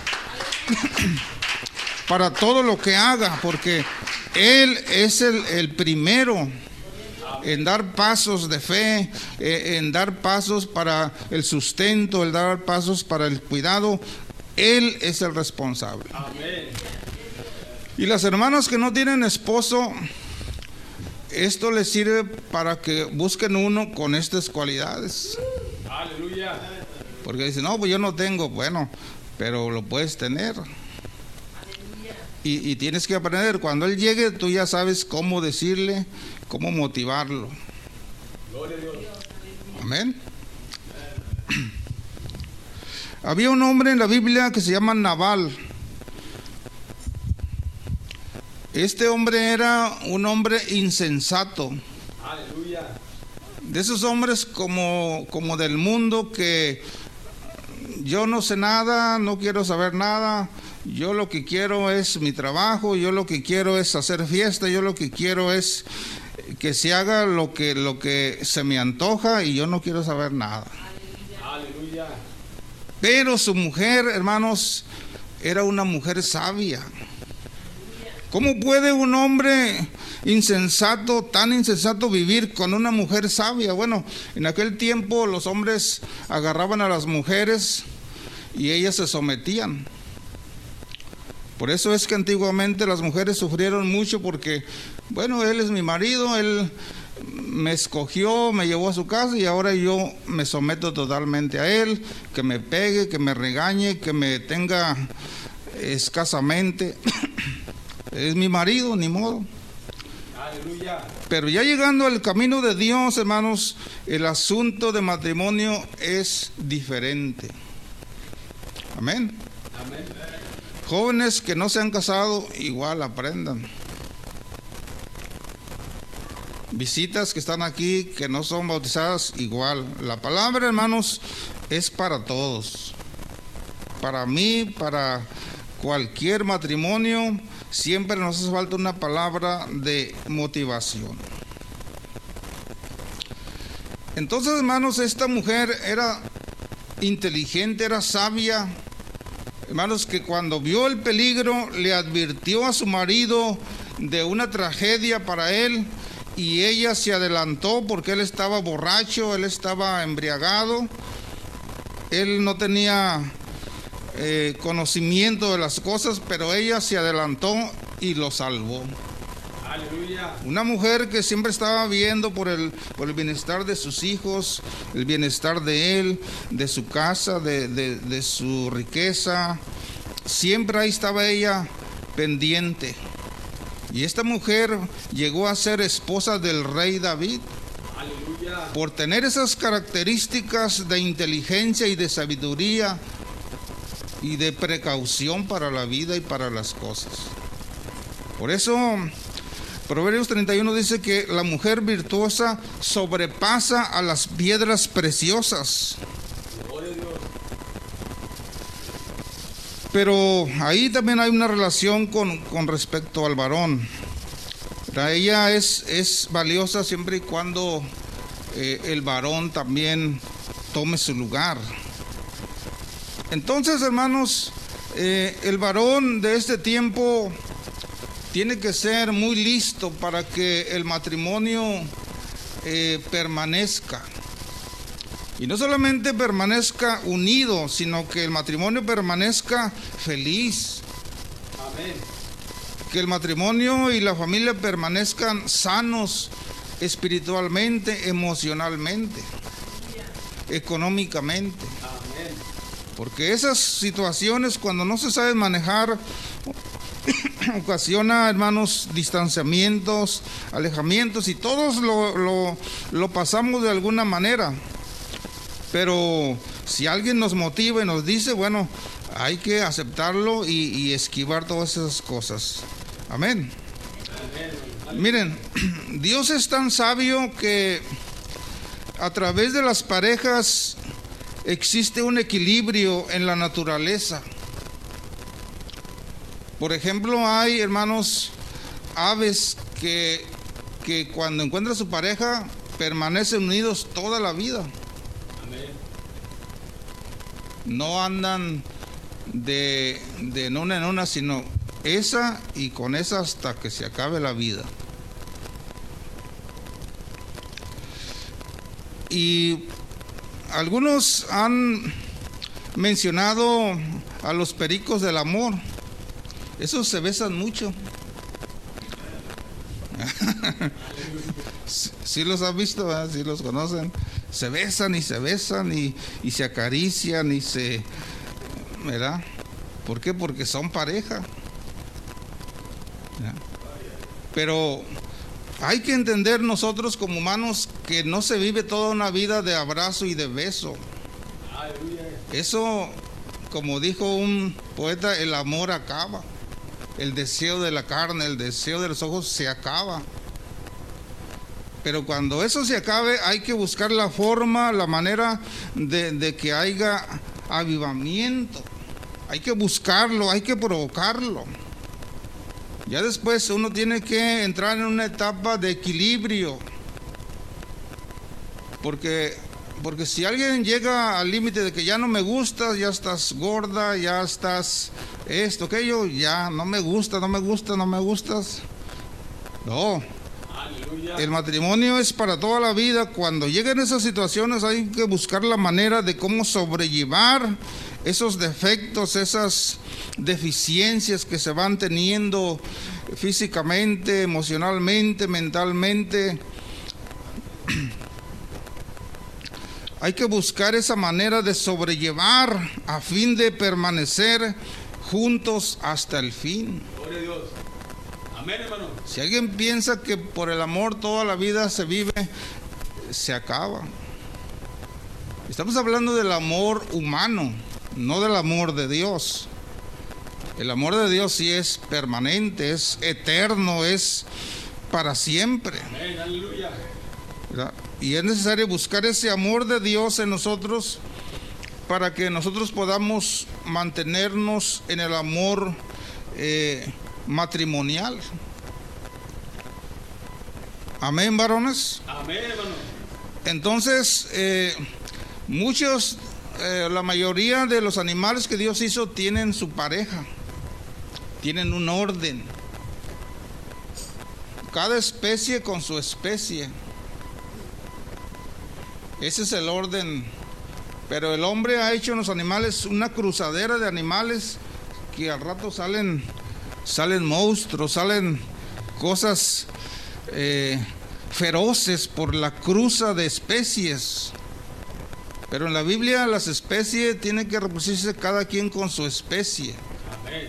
para todo lo que haga, porque él es el, el primero en dar pasos de fe, eh, en dar pasos para el sustento, el dar pasos para el cuidado. Él es el responsable. Amén. Y las hermanas que no tienen esposo, esto les sirve para que busquen uno con estas cualidades. Aleluya. Porque dicen, no, pues yo no tengo. Bueno, pero lo puedes tener. Y, y tienes que aprender. Cuando él llegue, tú ya sabes cómo decirle, cómo motivarlo. Gloria a Dios. Amén. Había un hombre en la Biblia que se llama Nabal. Este hombre era un hombre insensato. Aleluya. De esos hombres como, como del mundo, que yo no sé nada, no quiero saber nada, yo lo que quiero es mi trabajo, yo lo que quiero es hacer fiesta, yo lo que quiero es que se haga lo que, lo que se me antoja y yo no quiero saber nada. Aleluya. Pero su mujer, hermanos, era una mujer sabia. ¿Cómo puede un hombre insensato, tan insensato, vivir con una mujer sabia? Bueno, en aquel tiempo los hombres agarraban a las mujeres y ellas se sometían. Por eso es que antiguamente las mujeres sufrieron mucho porque, bueno, él es mi marido, él me escogió, me llevó a su casa y ahora yo me someto totalmente a él, que me pegue, que me regañe, que me tenga escasamente. Es mi marido, ni modo. Aleluya. Pero ya llegando al camino de Dios, hermanos, el asunto de matrimonio es diferente. Amén. Amén. Jóvenes que no se han casado, igual aprendan. Visitas que están aquí, que no son bautizadas, igual. La palabra, hermanos, es para todos. Para mí, para cualquier matrimonio, siempre nos hace falta una palabra de motivación. Entonces, hermanos, esta mujer era inteligente, era sabia. Hermanos, que cuando vio el peligro, le advirtió a su marido de una tragedia para él, y ella se adelantó porque él estaba borracho, él estaba embriagado, él no tenía eh, conocimiento de las cosas, pero ella se adelantó y lo salvó. Aleluya. Una mujer que siempre estaba viendo por el, por el bienestar de sus hijos, el bienestar de él, de su casa, de, de, de su riqueza. Siempre ahí estaba ella pendiente. Y esta mujer llegó a ser esposa del rey David. Aleluya. Por tener esas características de inteligencia y de sabiduría y de precaución para la vida y para las cosas. Por eso Proverbios treinta y uno dice que la mujer virtuosa sobrepasa a las piedras preciosas. Pero ahí también hay una relación con, con respecto al varón. Ella es, es valiosa siempre y cuando eh, el varón también tome su lugar. Entonces, hermanos, eh, el varón de este tiempo tiene que ser muy listo para que el matrimonio eh, permanezca. Y no solamente permanezca unido, sino que el matrimonio permanezca feliz. Amén. Que el matrimonio y la familia permanezcan sanos espiritualmente, emocionalmente, económicamente. Amén. Porque esas situaciones, cuando no se saben manejar, ocasiona, hermanos, distanciamientos, alejamientos, y todos lo, lo, lo pasamos de alguna manera. Pero si alguien nos motiva y nos dice, bueno, hay que aceptarlo y, y esquivar todas esas cosas. Amén. Amén. Miren, Dios es tan sabio que a través de las parejas existe un equilibrio en la naturaleza. Por ejemplo, hay, hermanos, aves que, que cuando encuentran a su pareja permanecen unidos toda la vida. Amén. No andan de, de en una en una, sino esa y con esa hasta que se acabe la vida. Y algunos han mencionado a los pericos del amor. Esos se besan mucho. Sí los han visto, ¿verdad? Sí los conocen. Se besan y se besan y, y se acarician y se... ¿verdad? ¿Por qué? Porque son pareja. ¿verdad? Pero hay que entender nosotros como humanos que no se vive toda una vida de abrazo y de beso. Eso, como dijo un poeta, el amor acaba. El deseo de la carne, el deseo de los ojos se acaba. Pero cuando eso se acabe, hay que buscar la forma, la manera de, de que haya avivamiento. hay que buscarlo, hay que provocarlo. Ya después uno tiene que entrar en una etapa de equilibrio. Porque, porque si alguien llega al límite de que ya no me gustas, ya estás gorda, ya estás esto, aquello, ya no me gusta, no me gusta, no me gustas. No. Aleluya. El matrimonio es para toda la vida. Cuando lleguen esas situaciones hay que buscar la manera de cómo sobrellevar esos defectos, esas deficiencias que se van teniendo físicamente, emocionalmente, mentalmente. Hay que buscar esa manera de sobrellevar a fin de permanecer juntos hasta el fin. Gloria a Dios. Amén, hermano. Si alguien piensa que por el amor toda la vida se vive, se acaba. Estamos hablando del amor humano, no del amor de Dios. El amor de Dios sí es permanente, es eterno, es para siempre. Amén, aleluya. ¿Verdad? Y es necesario buscar ese amor de Dios en nosotros para que nosotros podamos mantenernos en el amor eh, matrimonial. Amén, varones. Amén, hermano. Entonces, eh, muchos, eh, la mayoría de los animales que Dios hizo tienen su pareja, tienen un orden. Cada especie con su especie. Ese es el orden. Pero el hombre ha hecho en los animales una cruzadera de animales que al rato salen, salen monstruos, salen cosas eh, feroces por la cruza de especies. Pero en la Biblia las especies tienen que reproducirse cada quien con su especie. Amén.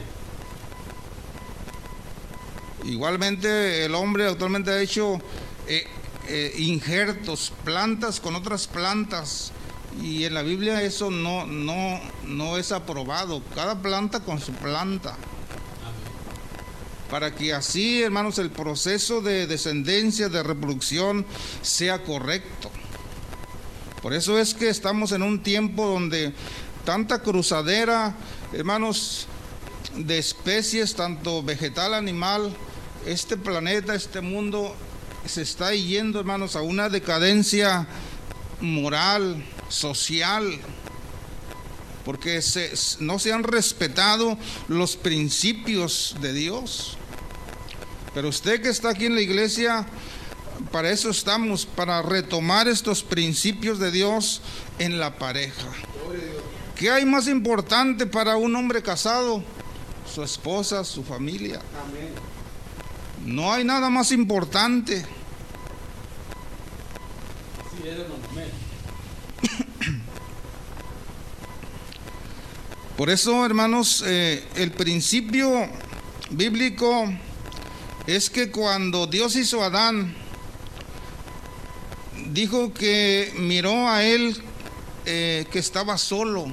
Igualmente el hombre actualmente ha hecho eh, eh, injertos, plantas con otras plantas, y en la Biblia eso no, no, no es aprobado. Cada planta con su planta. Amén. Para que así, hermanos, el proceso de descendencia, de reproducción sea correcto. Por eso es que estamos en un tiempo donde tanta cruzadera, hermanos, de especies, tanto vegetal, animal, este planeta, este mundo se está yendo, hermanos, a una decadencia moral, social, porque se, no se han respetado los principios de Dios. Pero usted que está aquí en la iglesia, para eso estamos, para retomar estos principios de Dios en la pareja. ¿Qué hay más importante para un hombre casado? Su esposa, su familia. Amén. No hay nada más importante. Sí, es, hermano. Amén. Por eso, hermanos, eh, el principio bíblico es que cuando Dios hizo a Adán, dijo que miró a él eh, que estaba solo.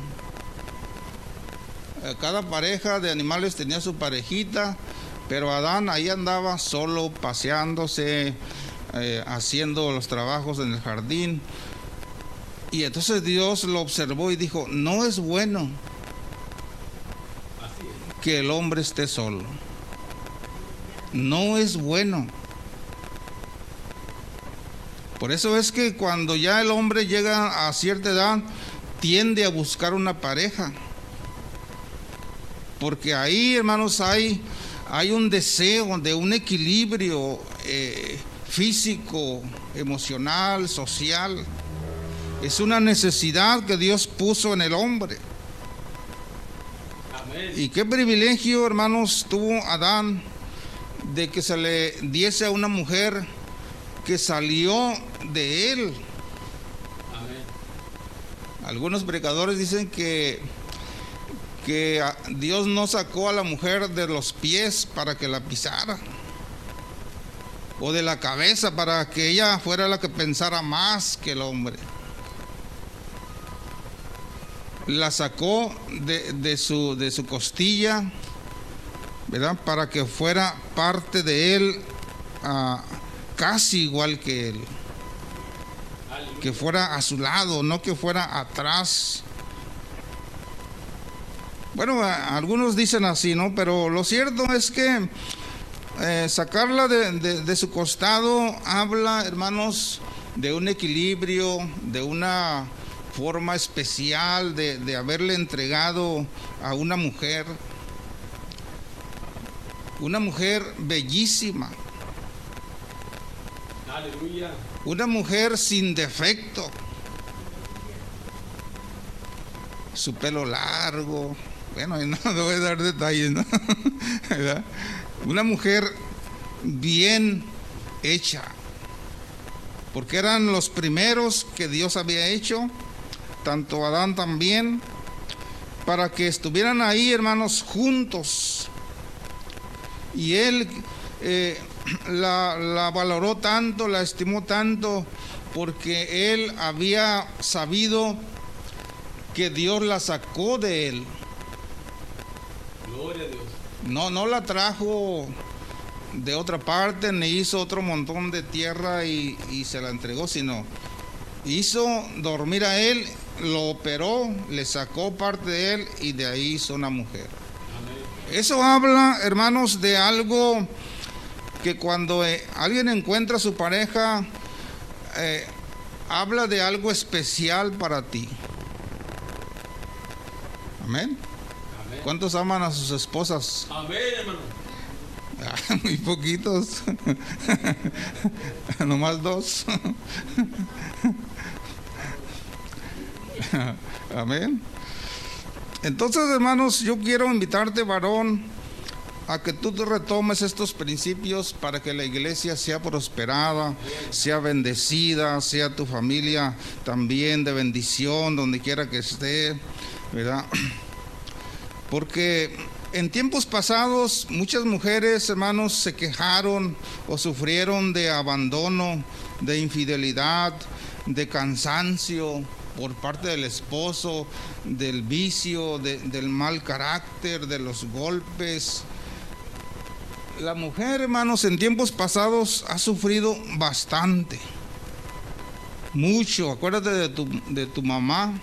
Eh, cada pareja de animales tenía su parejita, pero Adán ahí andaba solo, paseándose, eh, haciendo los trabajos en el jardín. Y entonces Dios lo observó y dijo: no es bueno que el hombre esté solo. No es bueno. Por eso es que cuando ya el hombre llega a cierta edad, tiende a buscar una pareja. Porque ahí, hermanos, hay, hay un deseo de un equilibrio eh, físico, emocional, social. Es una necesidad que Dios puso en el hombre. Amén. Y qué privilegio, hermanos, tuvo Adán de que se le diese a una mujer que salió de él. Amén. Algunos predicadores dicen que, que Dios no sacó a la mujer de los pies para que la pisara, o de la cabeza para que ella fuera la que pensara más que el hombre. La sacó de, de, su, de su costilla, ¿verdad? Para que fuera parte de él, uh, casi igual que él. Aleluya. Que fuera a su lado, no que fuera atrás. Bueno, algunos dicen así, ¿no? Pero lo cierto es que eh, sacarla de, de, de su costado habla, hermanos, de un equilibrio, de una forma especial de, de haberle entregado a una mujer, una mujer bellísima, Aleluya. Una mujer sin defecto, su pelo largo, bueno, no le voy a dar detalles, ¿no? ¿Verdad? Una mujer bien hecha, porque eran los primeros que Dios había hecho, tanto Adán también, para que estuvieran ahí, hermanos, juntos. Y él eh, la, la valoró tanto, la estimó tanto, porque él había sabido que Dios la sacó de él. Gloria a Dios. No, no la trajo de otra parte, ni hizo otro montón de tierra y, y se la entregó, sino hizo dormir a él, lo operó, le sacó parte de él y de ahí hizo una mujer. Amén. Eso habla, hermanos, de algo que cuando eh, alguien encuentra a su pareja, eh, habla de algo especial para ti. Amén. Amén. ¿Cuántos aman a sus esposas? Amén, hermano. Ah, muy poquitos. Nomás dos. Amén. Entonces, hermanos, yo quiero invitarte, varón, a que tú te retomes estos principios para que la iglesia sea prosperada, sea bendecida, sea tu familia también de bendición donde quiera que esté, ¿verdad? Porque en tiempos pasados muchas mujeres, hermanos, se quejaron o sufrieron de abandono, de infidelidad, de cansancio por parte del esposo, del vicio, de, del mal carácter, de los golpes. La mujer, hermanos, en tiempos pasados ha sufrido bastante, mucho. Acuérdate de tu, de tu mamá,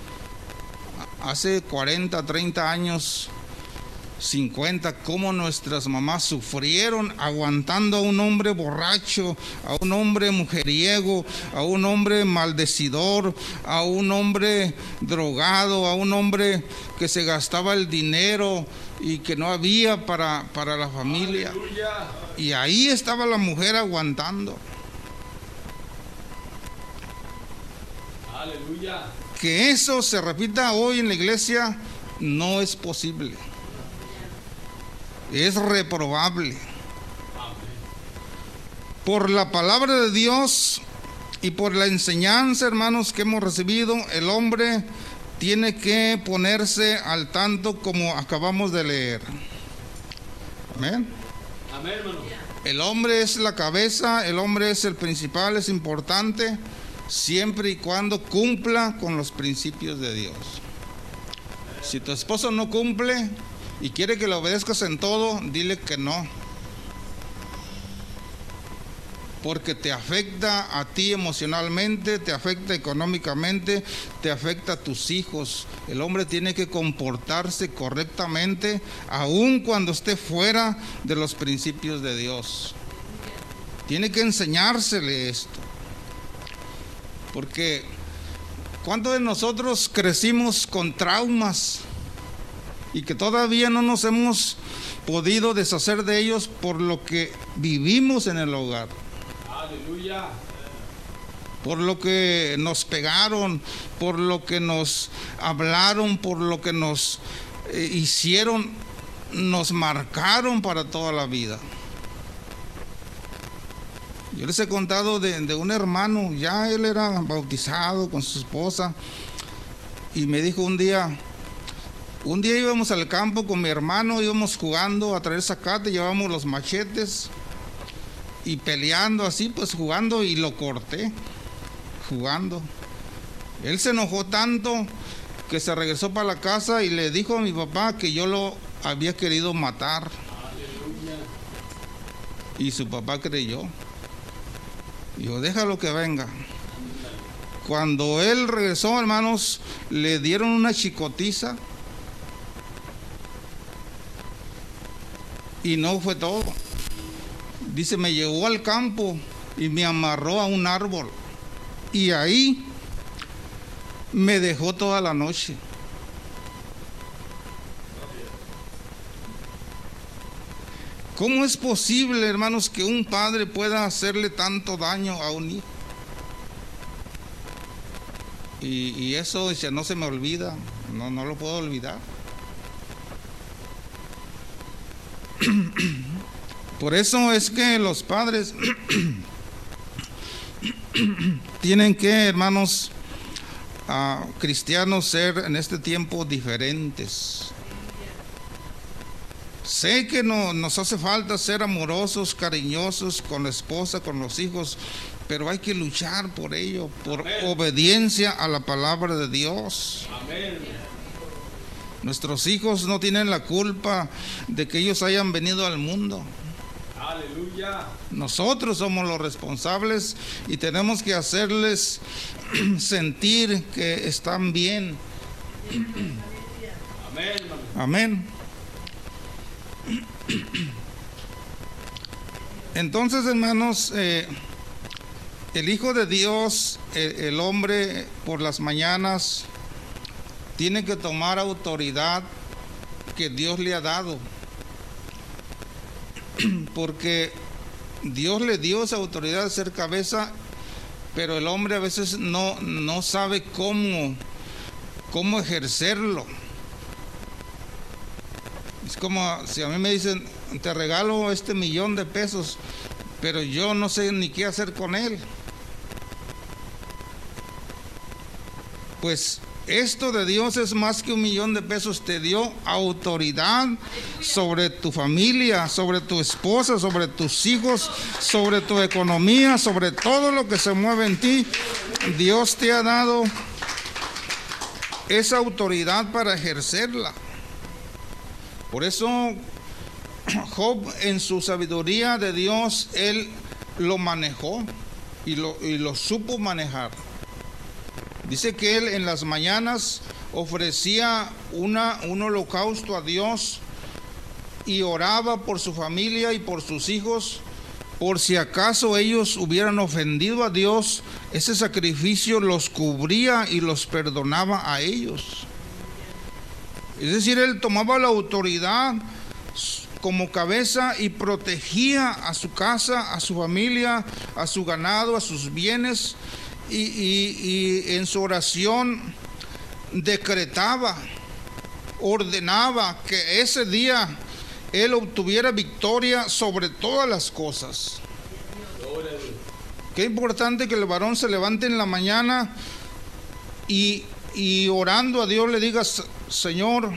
hace cuarenta, treinta años, cincuenta, cómo nuestras mamás sufrieron aguantando a un hombre borracho, a un hombre mujeriego, a un hombre maldecidor, a un hombre drogado, a un hombre que se gastaba el dinero y que no había para, para la familia. Aleluya. Y ahí estaba la mujer aguantando. Aleluya. Que eso se repita hoy en la iglesia no es posible. Es reprobable. Por la palabra de Dios y por la enseñanza, hermanos, que hemos recibido, el hombre tiene que ponerse al tanto como acabamos de leer. Amén. Amén, hermano. El hombre es la cabeza, el hombre es el principal, es importante, siempre y cuando cumpla con los principios de Dios. Si tu esposo no cumple y quiere que le obedezcas en todo, dile que no. Porque te afecta a ti emocionalmente, te afecta económicamente, te afecta a tus hijos. El hombre tiene que comportarse correctamente, aun cuando esté fuera de los principios de Dios. Tiene que enseñársele esto. Porque ¿cuántos de nosotros crecimos con traumas y que todavía no nos hemos podido deshacer de ellos por lo que vivimos en el hogar? Aleluya. Por lo que nos pegaron, por lo que nos hablaron, por lo que nos eh, hicieron, nos marcaron para toda la vida. Yo les he contado de, de un hermano, ya él era bautizado con su esposa, y me dijo un día, un día íbamos al campo con mi hermano, íbamos jugando a traer zacate, llevábamos los machetes, y peleando así, pues jugando, y lo corté, jugando. Él se enojó tanto que se regresó para la casa y le dijo a mi papá que yo lo había querido matar. Aleluya. Y su papá creyó. Dijo, déjalo que venga. Cuando él regresó, hermanos, le dieron una chicotiza Y no fue todo. Dice, me llevó al campo y me amarró a un árbol. Y ahí me dejó toda la noche. ¿Cómo es posible, hermanos, que un padre pueda hacerle tanto daño a un hijo? Y, y eso ya no se me olvida, no, no lo puedo olvidar. Por eso es que los padres tienen que, hermanos, uh, cristianos, ser en este tiempo diferentes. Sé que no, nos hace falta ser amorosos, cariñosos con la esposa, con los hijos, pero hay que luchar por ello, por Amén. Obediencia a la palabra de Dios. Amén. Nuestros hijos no tienen la culpa de que ellos hayan venido al mundo. Aleluya. Nosotros somos los responsables y tenemos que hacerles sentir que están bien. Amén. Amén. Entonces, hermanos, eh, el Hijo de Dios, el, el hombre por las mañanas, tiene que tomar autoridad que Dios le ha dado, porque Dios le dio esa autoridad de ser cabeza, pero el hombre a veces no, no sabe cómo, cómo ejercerlo. Es como si a mí me dicen, te regalo este millón de pesos, pero yo no sé ni qué hacer con él. Pues esto de Dios es más que un millón de pesos. Te dio autoridad sobre tu familia, sobre tu esposa, sobre tus hijos, sobre tu economía, sobre todo lo que se mueve en ti. Dios te ha dado esa autoridad para ejercerla. Por eso Job, en su sabiduría de Dios, él lo manejó y lo, y lo supo manejar. Dice que él en las mañanas ofrecía una, un holocausto a Dios y oraba por su familia y por sus hijos, por si acaso ellos hubieran ofendido a Dios. Ese sacrificio los cubría y los perdonaba a ellos. Es decir, él tomaba la autoridad como cabeza y protegía a su casa, a su familia, a su ganado, a sus bienes, y, y, y en su oración decretaba, ordenaba que ese día él obtuviera victoria sobre todas las cosas. Qué importante que el varón se levante en la mañana y, y orando a Dios le diga, Señor,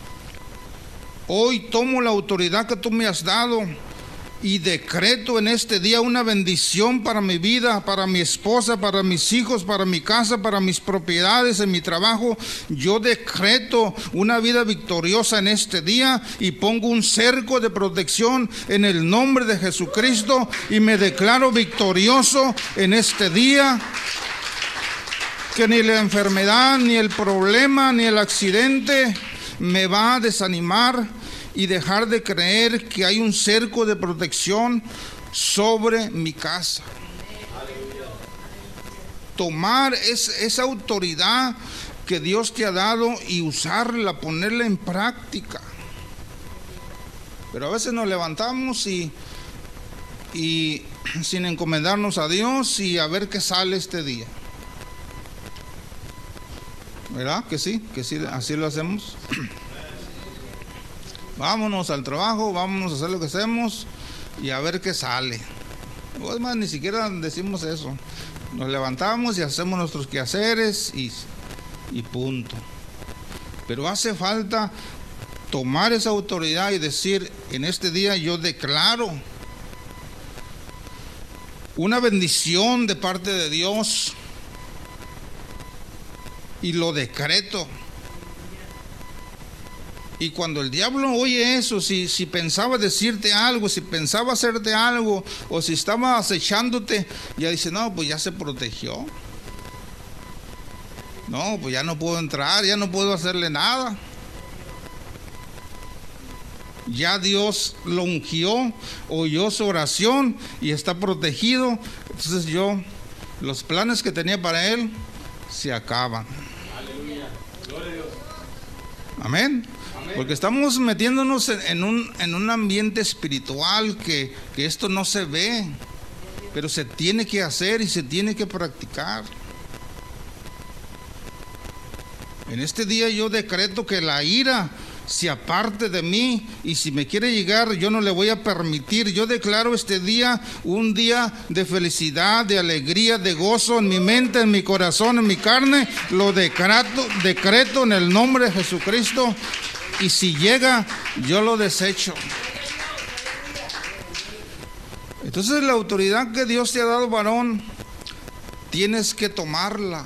hoy tomo la autoridad que tú me has dado y decreto en este día una bendición para mi vida, para mi esposa, para mis hijos, para mi casa, para mis propiedades, en mi trabajo. Yo decreto una vida victoriosa en este día y pongo un cerco de protección en el nombre de Jesucristo y me declaro victorioso en este día. Que ni la enfermedad, ni el problema, ni el accidente me va a desanimar y dejar de creer que hay un cerco de protección sobre mi casa. Tomar es, esa autoridad que Dios te ha dado y usarla, ponerla en práctica. Pero a veces nos levantamos y, y sin encomendarnos a Dios y a ver qué sale este día. ¿Verdad? Que sí, que sí, así lo hacemos. Vámonos al trabajo, vámonos a hacer lo que hacemos y a ver qué sale. O es más, ni siquiera decimos eso. Nos levantamos y hacemos nuestros quehaceres y, y punto. Pero hace falta tomar esa autoridad y decir, en este día yo declaro una bendición de parte de Dios y lo decreto. Y cuando el diablo oye eso, si, si pensaba decirte algo, si pensaba hacerte algo, o si estaba acechándote, ya dice, no, pues ya se protegió. No, pues ya no puedo entrar, ya no puedo hacerle nada. ya Dios lo ungió, oyó su oración y está protegido. Entonces yo, los planes que tenía para él se acaban. Aleluya. Gloria a Dios. Amén. Amén. Porque estamos metiéndonos en, en, un, en un ambiente espiritual que, que esto no se ve, pero se tiene que hacer y se tiene que practicar. En este día yo decreto que la ira se aparte de mí, y si me quiere llegar, yo no le voy a permitir. Yo declaro este día un día de felicidad, de alegría, de gozo en mi mente, en mi corazón, en mi carne. Lo decreto, decreto en el nombre de Jesucristo, y si llega, yo lo desecho. Entonces la autoridad que Dios te ha dado, varón, tienes que tomarla.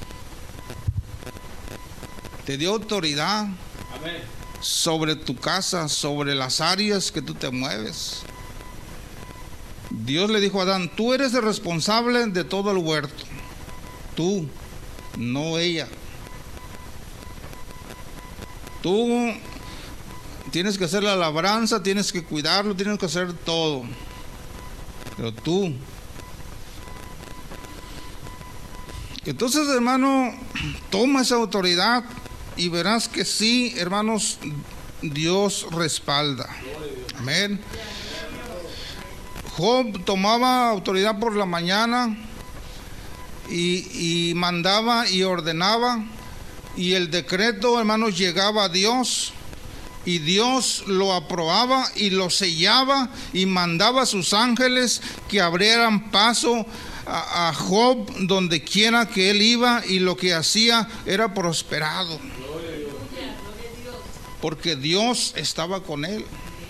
Te dio autoridad. Amén. Sobre tu casa, sobre las áreas que tú te mueves. Dios le dijo a Adán: tú eres el responsable de todo el huerto. Tú, no ella. Tú tienes que hacer la labranza, tienes que cuidarlo, tienes que hacer todo. Pero tú. Entonces, hermano, toma esa autoridad y verás que sí, hermanos, Dios respalda. Amén. Job tomaba autoridad por la mañana y, y mandaba y ordenaba, y el decreto, hermanos, llegaba a Dios, y Dios lo aprobaba y lo sellaba, y mandaba a sus ángeles que abrieran paso a, a Job donde quiera que él iba, y lo que hacía era prosperado, porque Dios estaba con él.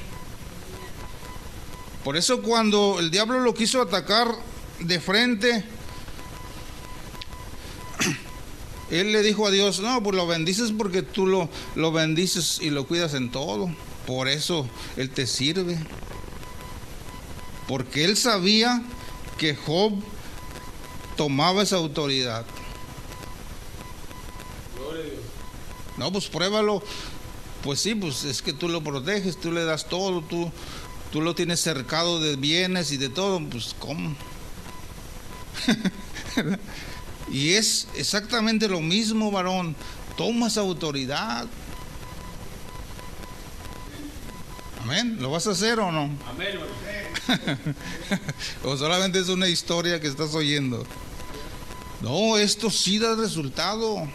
Por eso cuando el diablo lo quiso atacar de frente, él le dijo a Dios: no, pues lo bendices porque tú lo, lo bendices y lo cuidas en todo. Por eso él te sirve. Porque él sabía que Job tomaba esa autoridad. No, pues pruébalo. Pues sí, pues es que tú lo proteges, tú le das todo, tú, tú lo tienes cercado de bienes y de todo. Pues ¿cómo? Y es exactamente lo mismo, varón. Toma esa autoridad. Amén. ¿Lo vas a hacer o no? Amén. O solamente es una historia que estás oyendo. No, esto sí da resultado.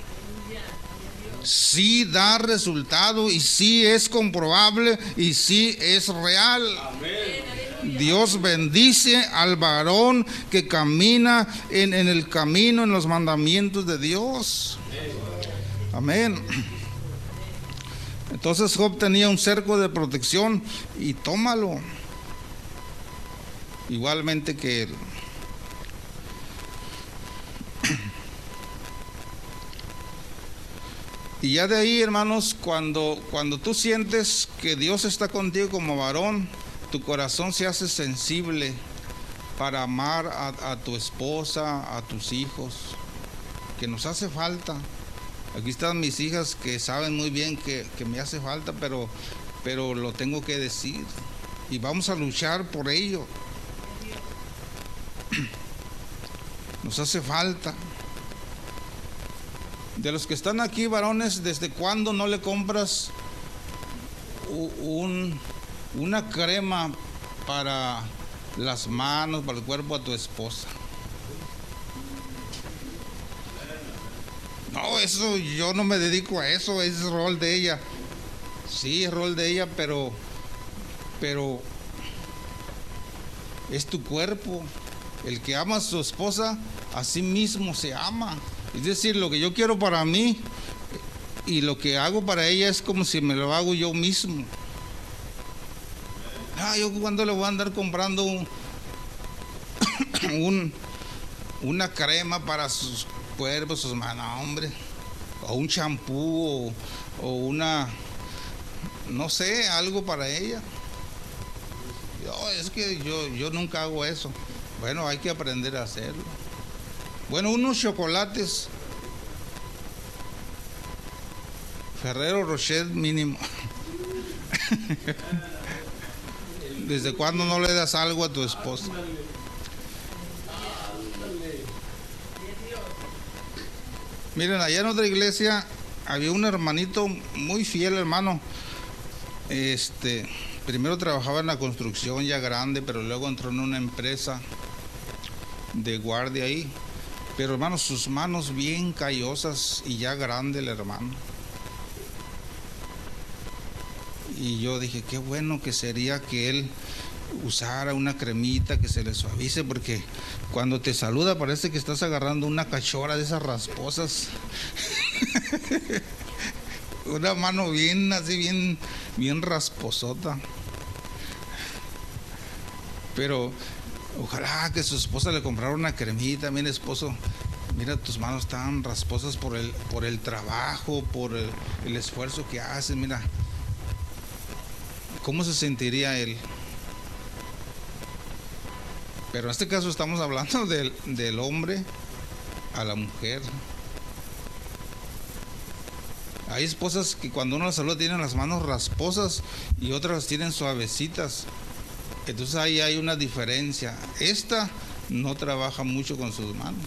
Sí da resultado, y sí es comprobable, y sí es real. Amén. Dios bendice al varón que camina en, en el camino, en los mandamientos de Dios. Amén. Entonces Job tenía un cerco de protección, y tómalo. Igualmente que él. Y ya de ahí, hermanos, cuando, cuando tú sientes que Dios está contigo como varón, tu corazón se hace sensible para amar a, a tu esposa, a tus hijos, que nos hace falta. Aquí están mis hijas que saben muy bien que, que me hace falta, pero, pero lo tengo que decir. Y vamos a luchar por ello. Nos hace falta. De los que están aquí, varones, ¿desde cuándo no le compras un, una crema para las manos, para el cuerpo a tu esposa? No, eso yo no me dedico a eso, es el rol de ella. Sí, es rol de ella, pero, pero es tu cuerpo. El que ama a su esposa, a sí mismo se ama. Es decir, lo que yo quiero para mí y lo que hago para ella es como si me lo hago yo mismo. Ah, yo cuando le voy a andar comprando un, un una crema para sus cuerpos, sus manos, hombre, o un champú, o, o una, no sé, algo para ella. Yo, es que yo, yo nunca hago eso. Bueno, hay que aprender a hacerlo. Bueno, unos chocolates Ferrero Rocher mínimo. ¿Desde cuándo no le das algo a tu esposa? Miren, allá en otra iglesia había un hermanito muy fiel, hermano. Este, primero trabajaba en la construcción ya grande, pero luego entró en una empresa de guardia ahí. Pero hermano, sus manos bien callosas y ya grande el hermano. Y yo dije, qué bueno que sería que él usara una cremita que se le suavice, porque cuando te saluda parece que estás agarrando una cachora de esas rasposas. Una mano bien así, bien, bien rasposota. Pero ojalá que su esposa le comprara una cremita. Mira, esposo, mira, tus manos están rasposas por el, por el trabajo, por el, el esfuerzo que haces. Mira, ¿cómo se sentiría él? Pero en este caso estamos hablando del, del hombre a la mujer. Hay esposas que cuando uno las saluda tienen las manos rasposas y otras las tienen suavecitas. Entonces ahí hay una diferencia. Esta no trabaja mucho con sus manos.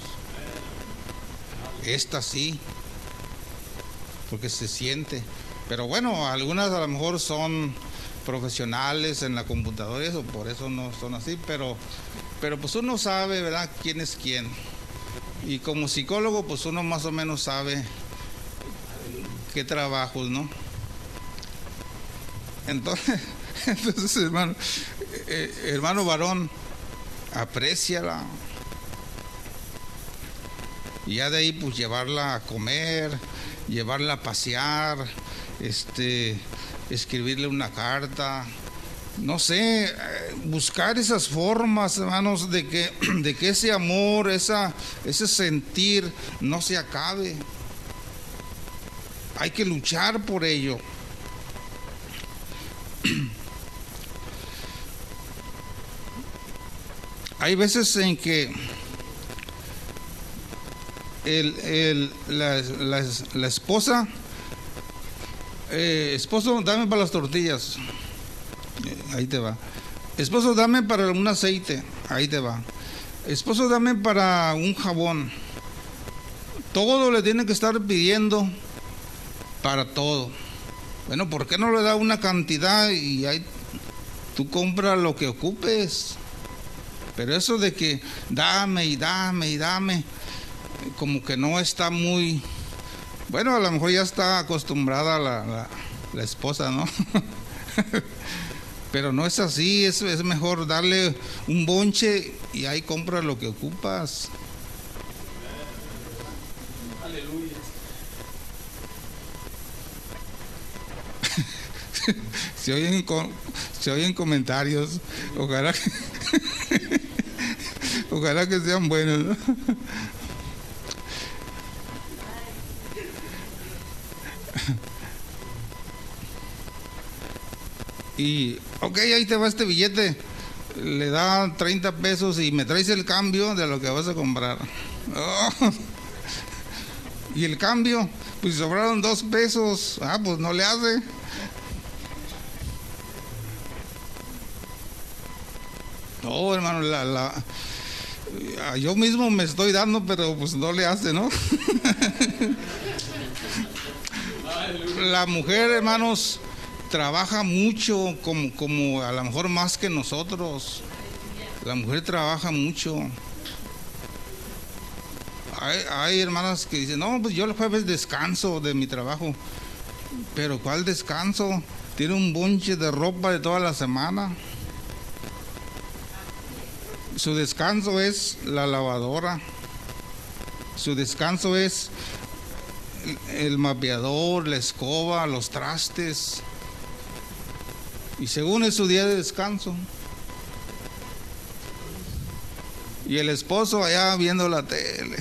Esta sí, porque se siente. Pero bueno, algunas a lo mejor son profesionales en la computadora y eso, por eso no son así, pero, pero pues uno sabe, ¿verdad?, quién es quién. Y como psicólogo, pues uno más o menos sabe qué trabajos, ¿no? Entonces, entonces hermano, eh, hermano varón, apréciala. Y ya de ahí, pues llevarla a comer, llevarla a pasear, este, escribirle una carta, no sé, buscar esas formas, hermanos, de que, de que ese amor, esa, ese sentir no se acabe. Hay que luchar por ello. Hay veces en que el, el, la, la, la esposa, eh, esposo, dame para las tortillas, eh, ahí te va. Esposo, dame para un aceite, ahí te va. Esposo, dame para un jabón. Todo le tiene que estar pidiendo para todo. Bueno, ¿por qué no le da una cantidad y ahí tú compras lo que ocupes? Pero eso de que dame y dame y dame, como que no está muy... Bueno, a lo mejor ya está acostumbrada la, la, la esposa, ¿no? Pero no es así, es, es mejor darle un bonche y ahí compra lo que ocupas. Aleluya. Se oyen, se oyen comentarios, ojalá que, ojalá que sean buenos, ¿no? Y, ok, ahí te va este billete, le da treinta pesos y me traes el cambio de lo que vas a comprar. Oh. Y el cambio, pues sobraron dos pesos, ah, pues no le hace. No, hermano, la, la, yo mismo me estoy dando, pero pues no le hace, ¿no? La mujer, hermanos, trabaja mucho, como, como a lo mejor más que nosotros. La mujer trabaja mucho. Hay, hay hermanas que dicen, no, pues yo el jueves descanso de mi trabajo. Pero ¿cuál descanso? Tiene un bonche de ropa de toda la semana. Su descanso es la lavadora. Su descanso es el mapeador, la escoba, los trastes. Y según es su día de descanso. Y el esposo allá viendo la tele.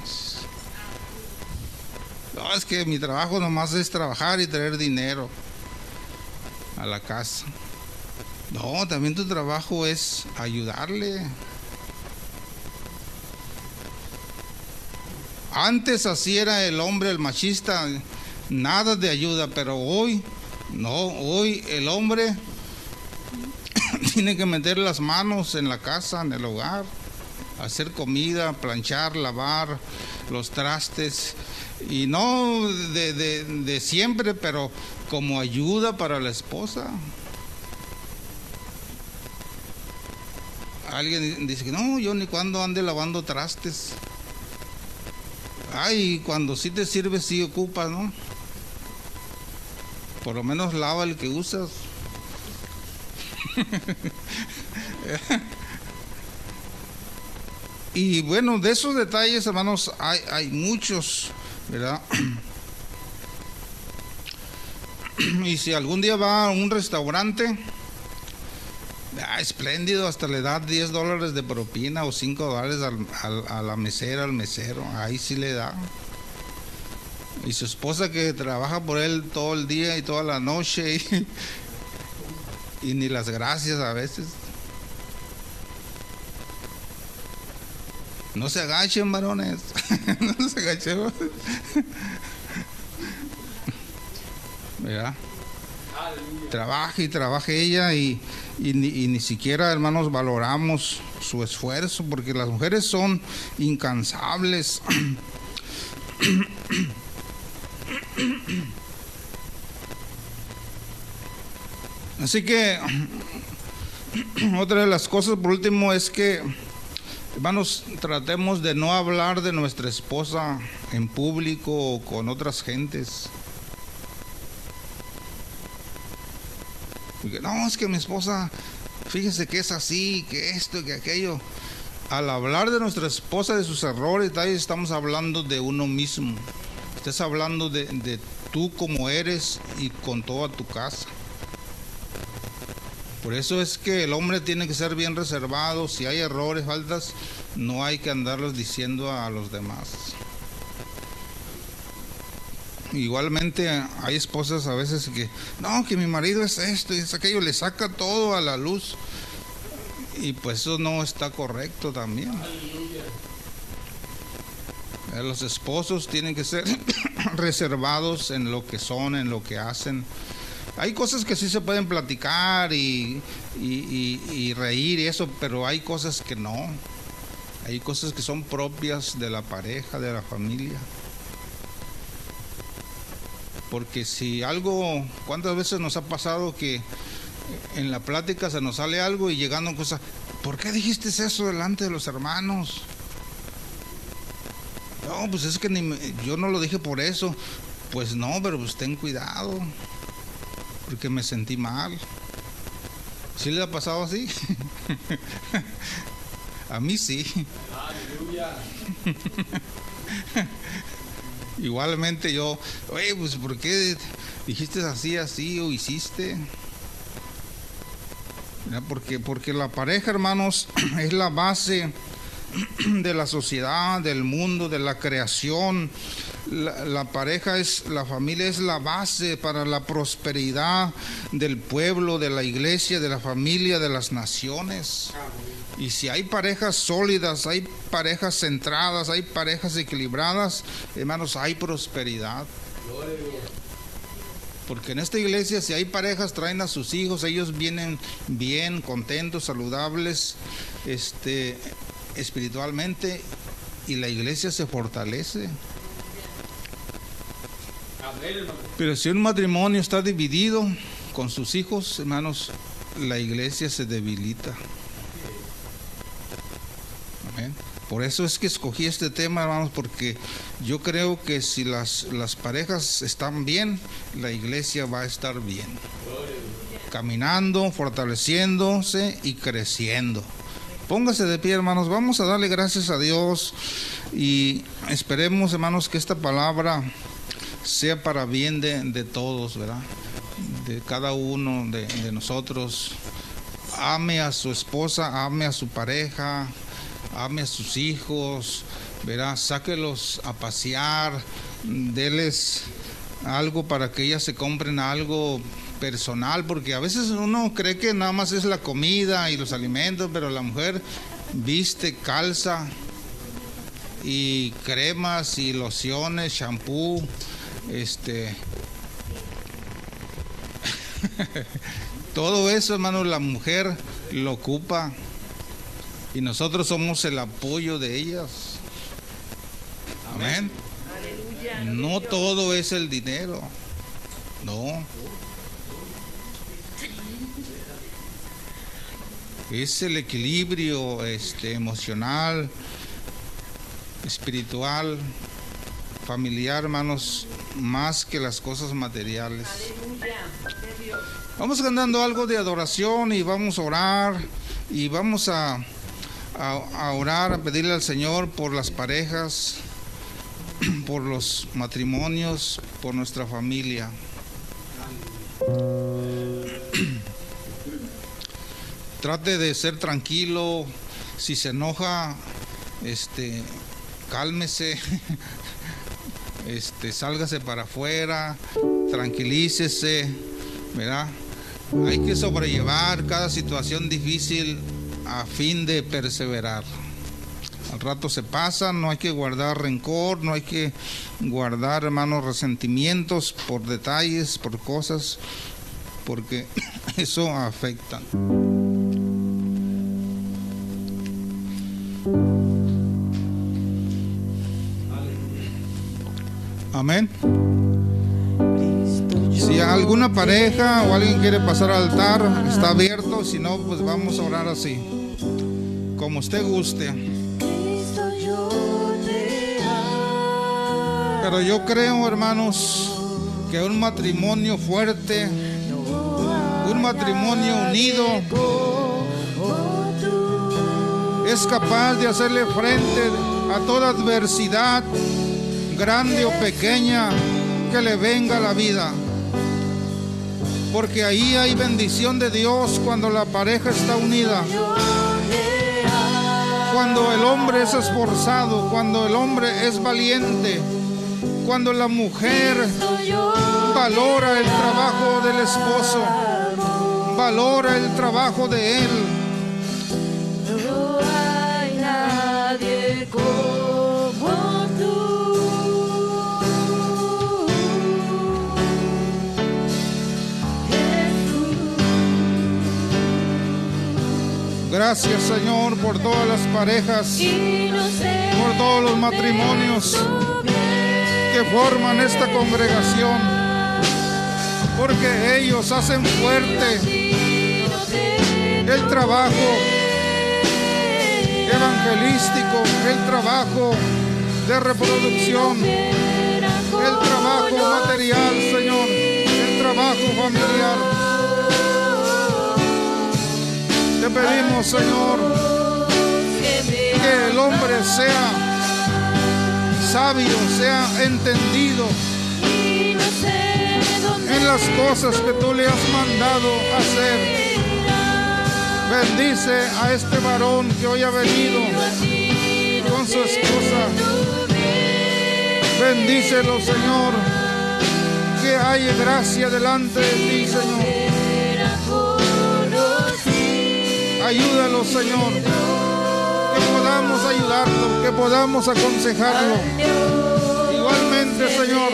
No, es que mi trabajo nomás es trabajar y traer dinero a la casa. No, también tu trabajo es ayudarle. Antes así era el hombre, el machista, nada de ayuda, pero hoy No, hoy el hombre tiene que meter las manos en la casa, en el hogar, hacer comida, planchar, lavar los trastes, y no de, de, de siempre, pero como ayuda para la esposa. Alguien dice que no, yo ni cuando ande lavando trastes. Ay, cuando sí te sirve, sí ocupas, ¿no? Por lo menos lava el que usas. Y bueno, de esos detalles, hermanos, hay, hay muchos, ¿verdad? Y si algún día va a un restaurante, ah, espléndido, hasta le da diez dólares de propina o cinco dólares al, al, a la mesera, al mesero, ahí sí le da. Y su esposa que trabaja por él todo el día y toda la noche, y, y ni las gracias a veces. No se agachen, varones. No se agachen. ¿Verdad? Trabaja y trabaja ella, y, y, ni, y ni siquiera, hermanos, valoramos su esfuerzo, porque las mujeres son incansables. Así que otra de las cosas, por último, es que, hermanos, tratemos de no hablar de nuestra esposa en público o con otras gentes. Porque, no, es que mi esposa, fíjese que es así, que esto, que aquello. Al hablar de nuestra esposa, de sus errores, ahí estamos hablando de uno mismo. Estás hablando de, de tú como eres y con toda tu casa. Por eso es que el hombre tiene que ser bien reservado. Si hay errores, faltas, no hay que andarlos diciendo a los demás. Igualmente hay esposas a veces que, no, que mi marido es esto y es aquello, le saca todo a la luz. Y pues eso no está correcto también. Los esposos tienen que ser reservados en lo que son, en lo que hacen. Hay cosas que sí se pueden platicar y, y, y, y reír y eso, pero hay cosas que no. Hay cosas que son propias de la pareja, de la familia. Porque si algo, ¿cuántas veces nos ha pasado que en la plática se nos sale algo y llegando cosas, ¿por qué dijiste eso delante de los hermanos? No, pues es que ni me, yo no lo dije por eso. Pues no, pero pues ten cuidado, porque me sentí mal. ¿Sí le ha pasado así? A mí sí. Aleluya. Igualmente yo, oye, pues ¿por qué dijiste así, así o hiciste? Porque, porque la pareja, hermanos, es la base de la sociedad, del mundo, de la creación. La, la pareja es, la familia es la base para la prosperidad del pueblo, de la iglesia, de la familia, de las naciones. Y si hay parejas sólidas, hay parejas centradas, hay parejas equilibradas, hermanos, hay prosperidad. Porque en esta iglesia, si hay parejas, traen a sus hijos, ellos vienen bien, contentos, saludables, este, espiritualmente, y la iglesia se fortalece. Pero si un matrimonio está dividido con sus hijos, hermanos, la iglesia se debilita. Amén. Por eso es que escogí este tema, hermanos, porque yo creo que si las, las parejas están bien, la iglesia va a estar bien. Caminando, fortaleciéndose y creciendo. Póngase de pie, hermanos, vamos a darle gracias a Dios y esperemos, hermanos, que esta palabra sea para bien de, de todos, ¿verdad? De cada uno de, de nosotros. Ame a su esposa, ame a su pareja, ame a sus hijos, ¿verdad? Sáquelos a pasear, déles algo para que ellas se compren algo personal, porque a veces uno cree que nada más es la comida y los alimentos, pero la mujer viste, calza y cremas y lociones, shampoo, este Todo eso, hermano, la mujer lo ocupa y nosotros somos el apoyo de ellas. Amén. No todo es el dinero, no. Es el equilibrio este, emocional, espiritual, familiar, hermanos, más que las cosas materiales. Vamos cantando algo de adoración y vamos a orar y vamos a, a, a orar, a pedirle al Señor por las parejas, por los matrimonios, por nuestra familia. Trate de ser tranquilo. Si se enoja, este, cálmese, este, sálgase para afuera, tranquilícese, ¿verdad? Hay que sobrellevar cada situación difícil a fin de perseverar. Al rato se pasa, no hay que guardar rencor, no hay que guardar, hermanos, resentimientos por detalles, por cosas, porque eso afecta. Amén. Si alguna pareja o alguien quiere pasar al altar, está abierto. Si no, pues vamos a orar así, como usted guste. Pero yo creo, hermanos, que un matrimonio fuerte, un matrimonio unido, es capaz de hacerle frente a toda adversidad, grande o pequeña, que le venga a la vida. Porque ahí hay bendición de Dios cuando la pareja está unida. Cuando el hombre es esforzado, cuando el hombre es valiente, cuando la mujer valora el trabajo del esposo, valora el trabajo de él. No hay nadie como tú. Gracias, Señor, por todas las parejas, por todos los matrimonios que forman esta congregación, porque ellos hacen fuerte el trabajo evangelístico, el trabajo de reproducción, el trabajo material, Señor, el trabajo familiar. Te pedimos, Señor, que el hombre sea sabio, sea entendido en las cosas que tú le has mandado hacer. Bendice a este varón que hoy ha venido con su esposa. Bendícelo, Señor, que haya gracia delante de ti, Señor. Ayúdalo, Señor, que podamos ayudarlo, que podamos aconsejarlo. Igualmente, Señor,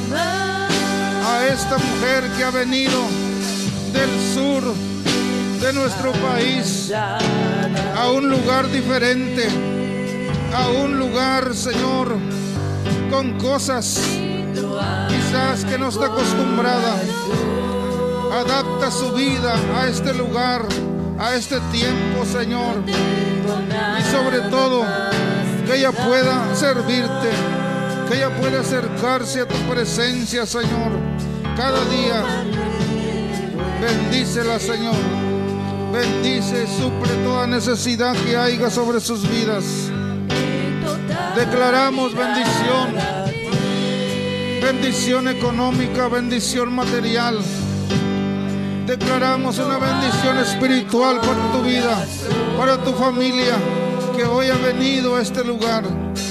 a esta mujer que ha venido del sur de nuestro país a un lugar diferente, a un lugar, Señor, con cosas quizás que no está acostumbrada. Adapta su vida a este lugar, a este tiempo, Señor, y sobre todo que ella pueda servirte, que ella pueda acercarse a tu presencia, Señor, cada día. Bendícela, Señor, bendice, suple toda necesidad que haya sobre sus vidas. Declaramos bendición, bendición económica, bendición material. Declaramos una bendición espiritual para tu vida, para tu familia, que hoy ha venido a este lugar.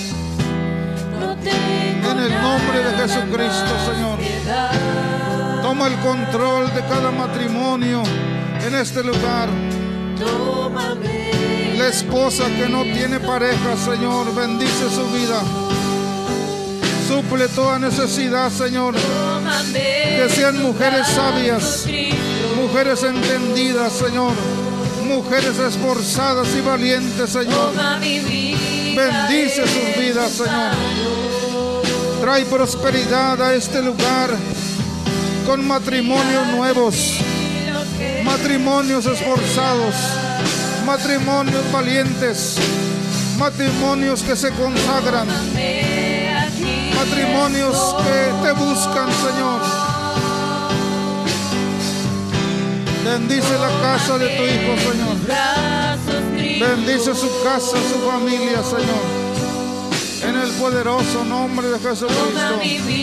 En el nombre de Jesucristo, Señor, toma el control de cada matrimonio en este lugar. La esposa que no tiene pareja, Señor, bendice su vida. Suple toda necesidad, Señor. Que sean mujeres sabias, mujeres entendidas, Señor. Mujeres esforzadas y valientes, Señor. Bendice sus vidas, Señor. Trae prosperidad a este lugar con matrimonios nuevos, matrimonios esforzados, matrimonios valientes, matrimonios que se consagran, matrimonios que te buscan, Señor. Bendice la casa de tu Hijo, Señor. Bendice su casa, su familia, Señor. En el poderoso nombre de Jesucristo.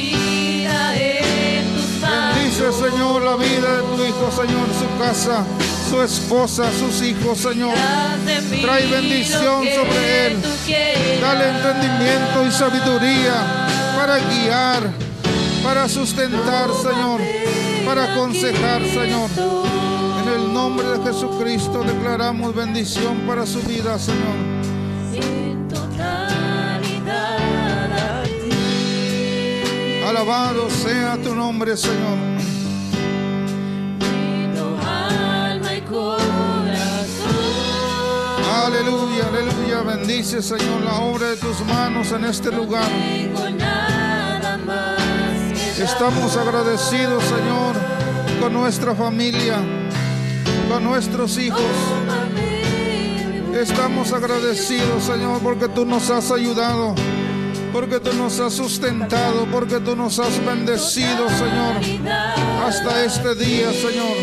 Bendice, Señor, la vida de tu Hijo, Señor, su casa, su esposa, sus hijos, Señor. Trae bendición sobre él. Dale entendimiento y sabiduría para guiar, para sustentar, Señor, para aconsejar, Señor. En el nombre de Jesucristo declaramos bendición para su vida, Señor. Alabado sea tu nombre, Señor. Aleluya, aleluya. Bendice, Señor, la obra de tus manos en este lugar. Estamos agradecidos, Señor, con nuestra familia, con nuestros hijos. Estamos agradecidos, Señor, porque tú nos has ayudado, porque tú nos has sustentado, porque tú nos has bendecido, Señor, hasta este día, Señor.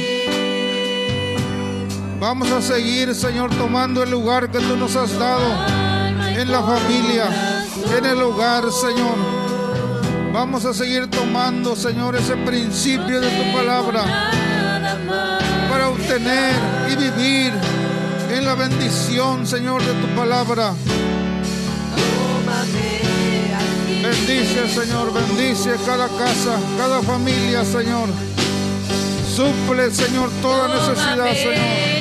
Vamos a seguir, Señor, tomando el lugar que tú nos has dado en la familia, en el hogar, Señor. Vamos a seguir tomando, Señor, ese principio de tu palabra para obtener y vivir en la bendición, Señor, de tu palabra. Bendice, Señor, bendice cada casa, cada familia, Señor. Suple, Señor, toda necesidad, Señor.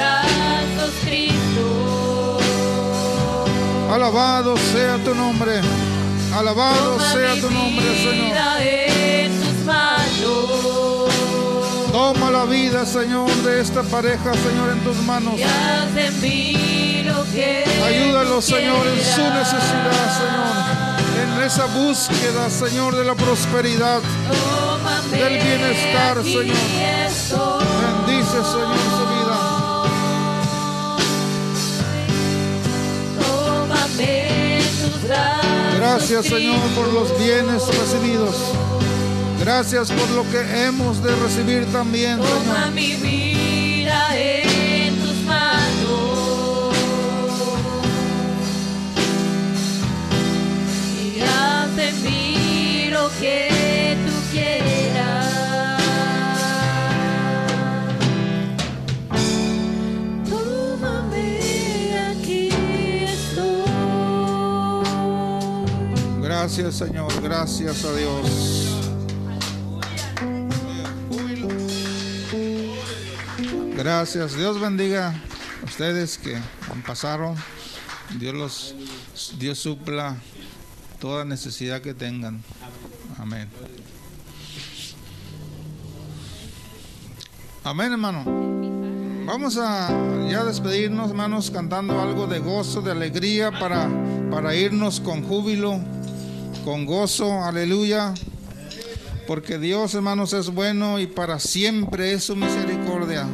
Alabado sea tu nombre. Alabado sea tu nombre, Señor. Toma la vida, Señor, de esta pareja, Señor, en tus manos. Ayúdalos, Señor, en su necesidad, Señor. En esa búsqueda, Señor, de la prosperidad, del bienestar, Señor. Bendice, Señor, su vida. Gracias, Señor, por los bienes recibidos. Gracias por lo que hemos de recibir también, Señor. Toma mi vida en tus manos y haz de mí lo que tú quieras. Tómame, aquí estoy. Gracias, Señor. Gracias a Dios. Gracias. Dios bendiga a ustedes que pasaron. Dios los, Dios supla toda necesidad que tengan. Amén. Amén, hermano. Vamos a ya despedirnos, hermanos, cantando algo de gozo, de alegría, para, para irnos con júbilo, con gozo. Aleluya. Porque Dios, hermanos, es bueno y para siempre es su misericordia.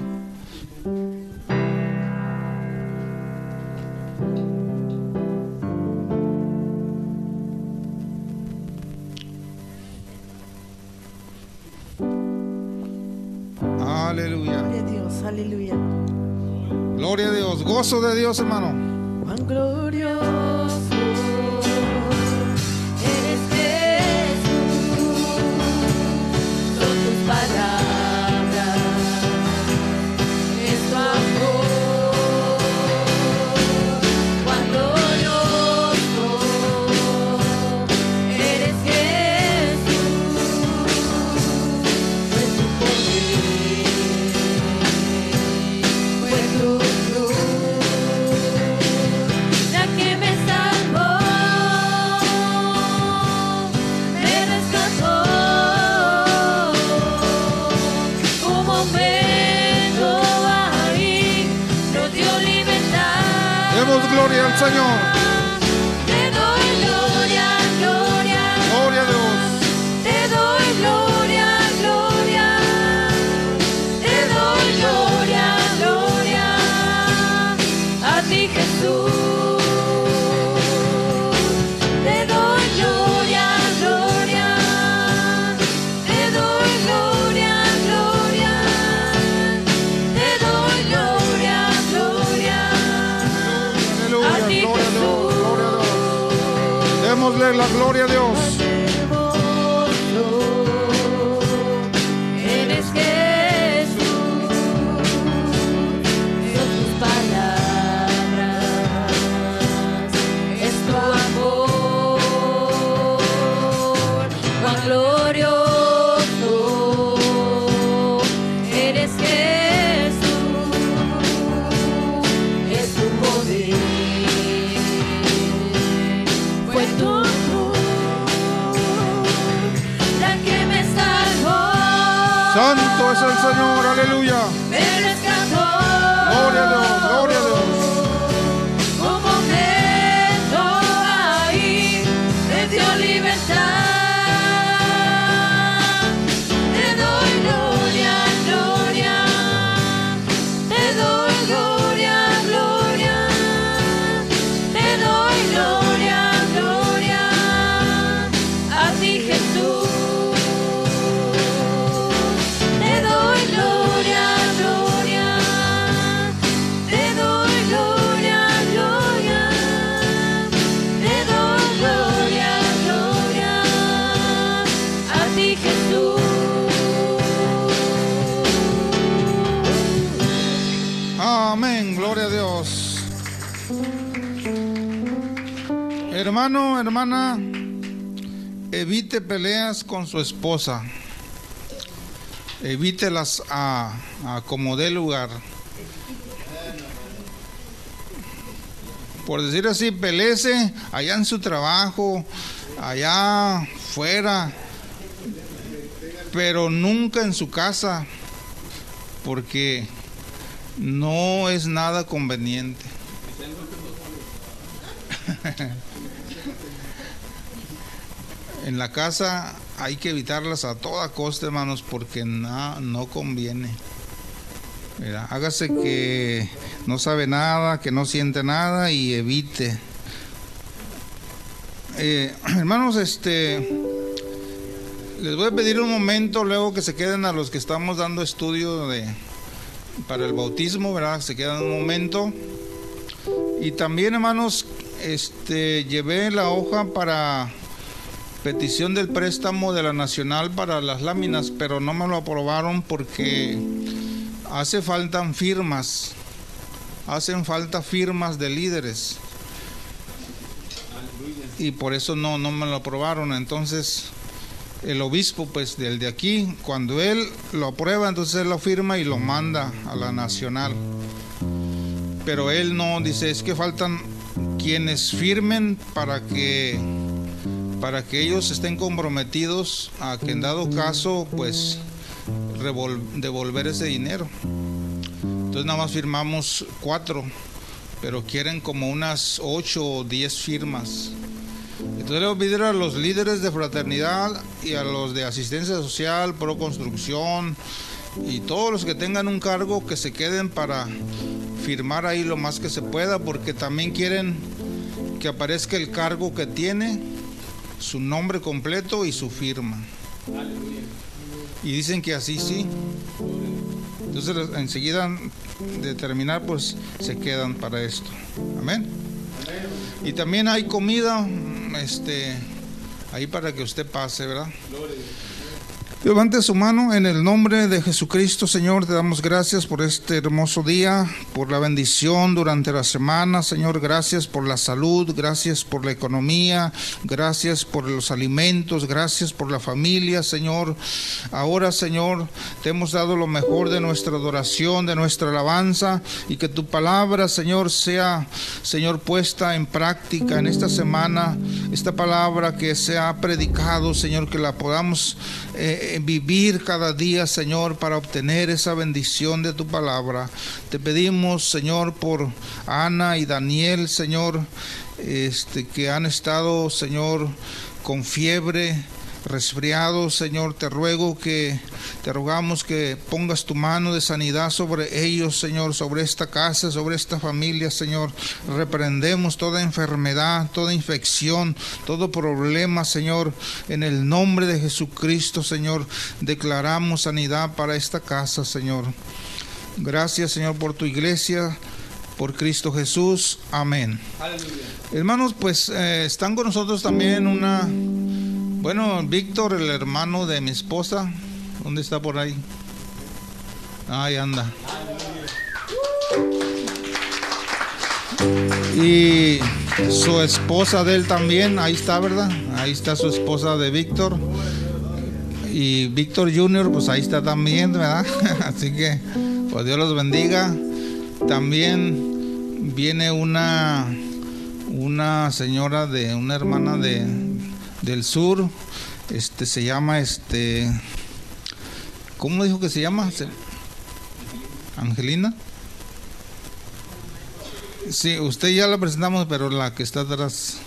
Aleluya. Gloria a Dios, aleluya. Gloria a Dios, gozo de Dios, hermano. Cuán glorioso Eres Jesús, son tus palabras, es tu amor. Cuán glorioso eres Jesús, fue tu poder, fue tu cruz, la que me salvó. damos gloria al Señor. Te doy gloria, gloria. Gloria a Dios. Te doy gloria, gloria. Te doy gloria, gloria. A ti, Jesús. Te doy gloria, gloria. Te doy gloria, gloria. Te doy gloria, gloria. Aleluya, A ti, gloria a Dios, Jesús. gloria a Dios. Démosle la gloria a Dios. Eres Jesús, son tus palabras, es tu amor, cuán glorioso. Eres Jesús, es tu poder, fue tu la que me salvó. Santo es el Señor, aleluya. Me rescató. Gloria a Dios, gloria a Dios. Un momento ahí me dio libertad. Te doy gloria, gloria. Te doy gloria, gloria. Te doy gloria, gloria. A ti, Jesús. Te doy gloria, gloria. Te doy gloria, gloria. Te doy gloria, gloria. A ti, Jesús. Amén, gloria a Dios. Hermano, hermana, evite peleas con su esposa. Evítelas a, a como dé lugar. Por decir así, peléese allá en su trabajo, allá fuera, pero nunca en su casa, porque no es nada conveniente. En la casa hay que evitarlas a toda costa, hermanos, porque na, no conviene. Mira, hágase que no sabe nada, que no siente nada y evite. Eh, hermanos, este, les voy a pedir un momento, luego que se queden a los que estamos dando estudio de para el bautismo, ¿verdad? Se quedan un momento. Y también, hermanos, este, llevé la hoja para petición del préstamo de la Nacional para las láminas, pero no me lo aprobaron porque hace falta firmas, hacen falta firmas de líderes y por eso no, no me lo aprobaron. Entonces el obispo, pues del de aquí, cuando él lo aprueba, entonces él lo firma y lo manda a la Nacional, pero él no, dice, es que faltan quienes firmen para que para que ellos estén comprometidos a que en dado caso pues revol- devolver ese dinero. Entonces nada más firmamos cuatro, pero quieren como unas ocho o diez firmas. Entonces le voy a pedir a los líderes de fraternidad y a los de asistencia social, pro construcción y todos los que tengan un cargo que se queden para firmar ahí lo más que se pueda, porque también quieren que aparezca el cargo que tiene, su nombre completo y su firma. Y dicen que así sí. Entonces enseguida de terminar pues se quedan para esto. Amén. Y también hay comida, este, ahí para que usted pase, ¿verdad? Levante su mano. En el nombre de Jesucristo, Señor, te damos gracias por este hermoso día, por la bendición durante la semana, Señor. Gracias por la salud, gracias por la economía, gracias por los alimentos, gracias por la familia, Señor. Ahora, Señor, te hemos dado lo mejor de nuestra adoración, de nuestra alabanza, y que tu palabra, Señor, sea, Señor, puesta en práctica en esta semana. Esta palabra que se ha predicado, Señor, que la podamos eh, eh, vivir cada día, Señor, para obtener esa bendición de tu palabra. Te pedimos, Señor, por Ana y Daniel, Señor, este, que han estado, Señor, con fiebre, resfriados, Señor. Te ruego que, te rogamos que pongas tu mano de sanidad sobre ellos, Señor, sobre esta casa, sobre esta familia, Señor. Reprendemos toda enfermedad, toda infección, todo problema, Señor, en el nombre de Jesucristo, Señor. Declaramos sanidad para esta casa, Señor. Gracias, Señor, por tu iglesia, por Cristo Jesús. Amén. Aleluya. Hermanos, pues eh, están con nosotros también una... Bueno, Víctor, el hermano de mi esposa, ¿dónde está por ahí? Ahí anda. Y su esposa de él también, ahí está, ¿verdad? Ahí está su esposa de Víctor. Y Víctor junior, pues ahí está también, ¿verdad? Así que, pues Dios los bendiga. También viene una, una señora de, una hermana de... del sur, este se llama este, ¿cómo dijo que se llama? Angelina. Sí, usted ya la presentamos, pero la que está atrás,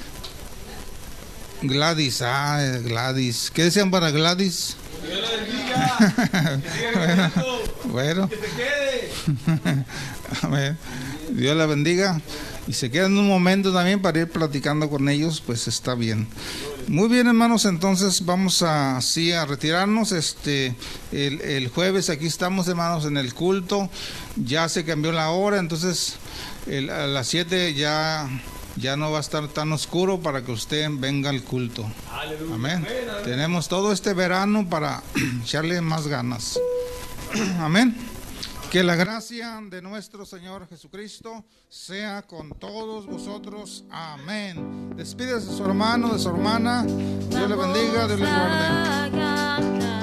Gladys. Ah, Gladys. ¿Qué decían para Gladys? Dios la bendiga. Bueno, bueno. Que se quede. A ver, Dios la bendiga. Y se quedan un momento también para ir platicando con ellos, pues está bien. Muy bien, hermanos, entonces vamos a, así a retirarnos. Este, el, el jueves aquí estamos, hermanos, en el culto. Ya se cambió la hora, entonces el, a las siete ya, ya no va a estar tan oscuro para que usted venga al culto. Aleluya. Amén. Amén, amén. Tenemos todo este verano para echarle más ganas. Amén. Que la gracia de nuestro Señor Jesucristo sea con todos vosotros. Amén. Despídase de su hermano, de su hermana. Dios le bendiga, Dios le guarde.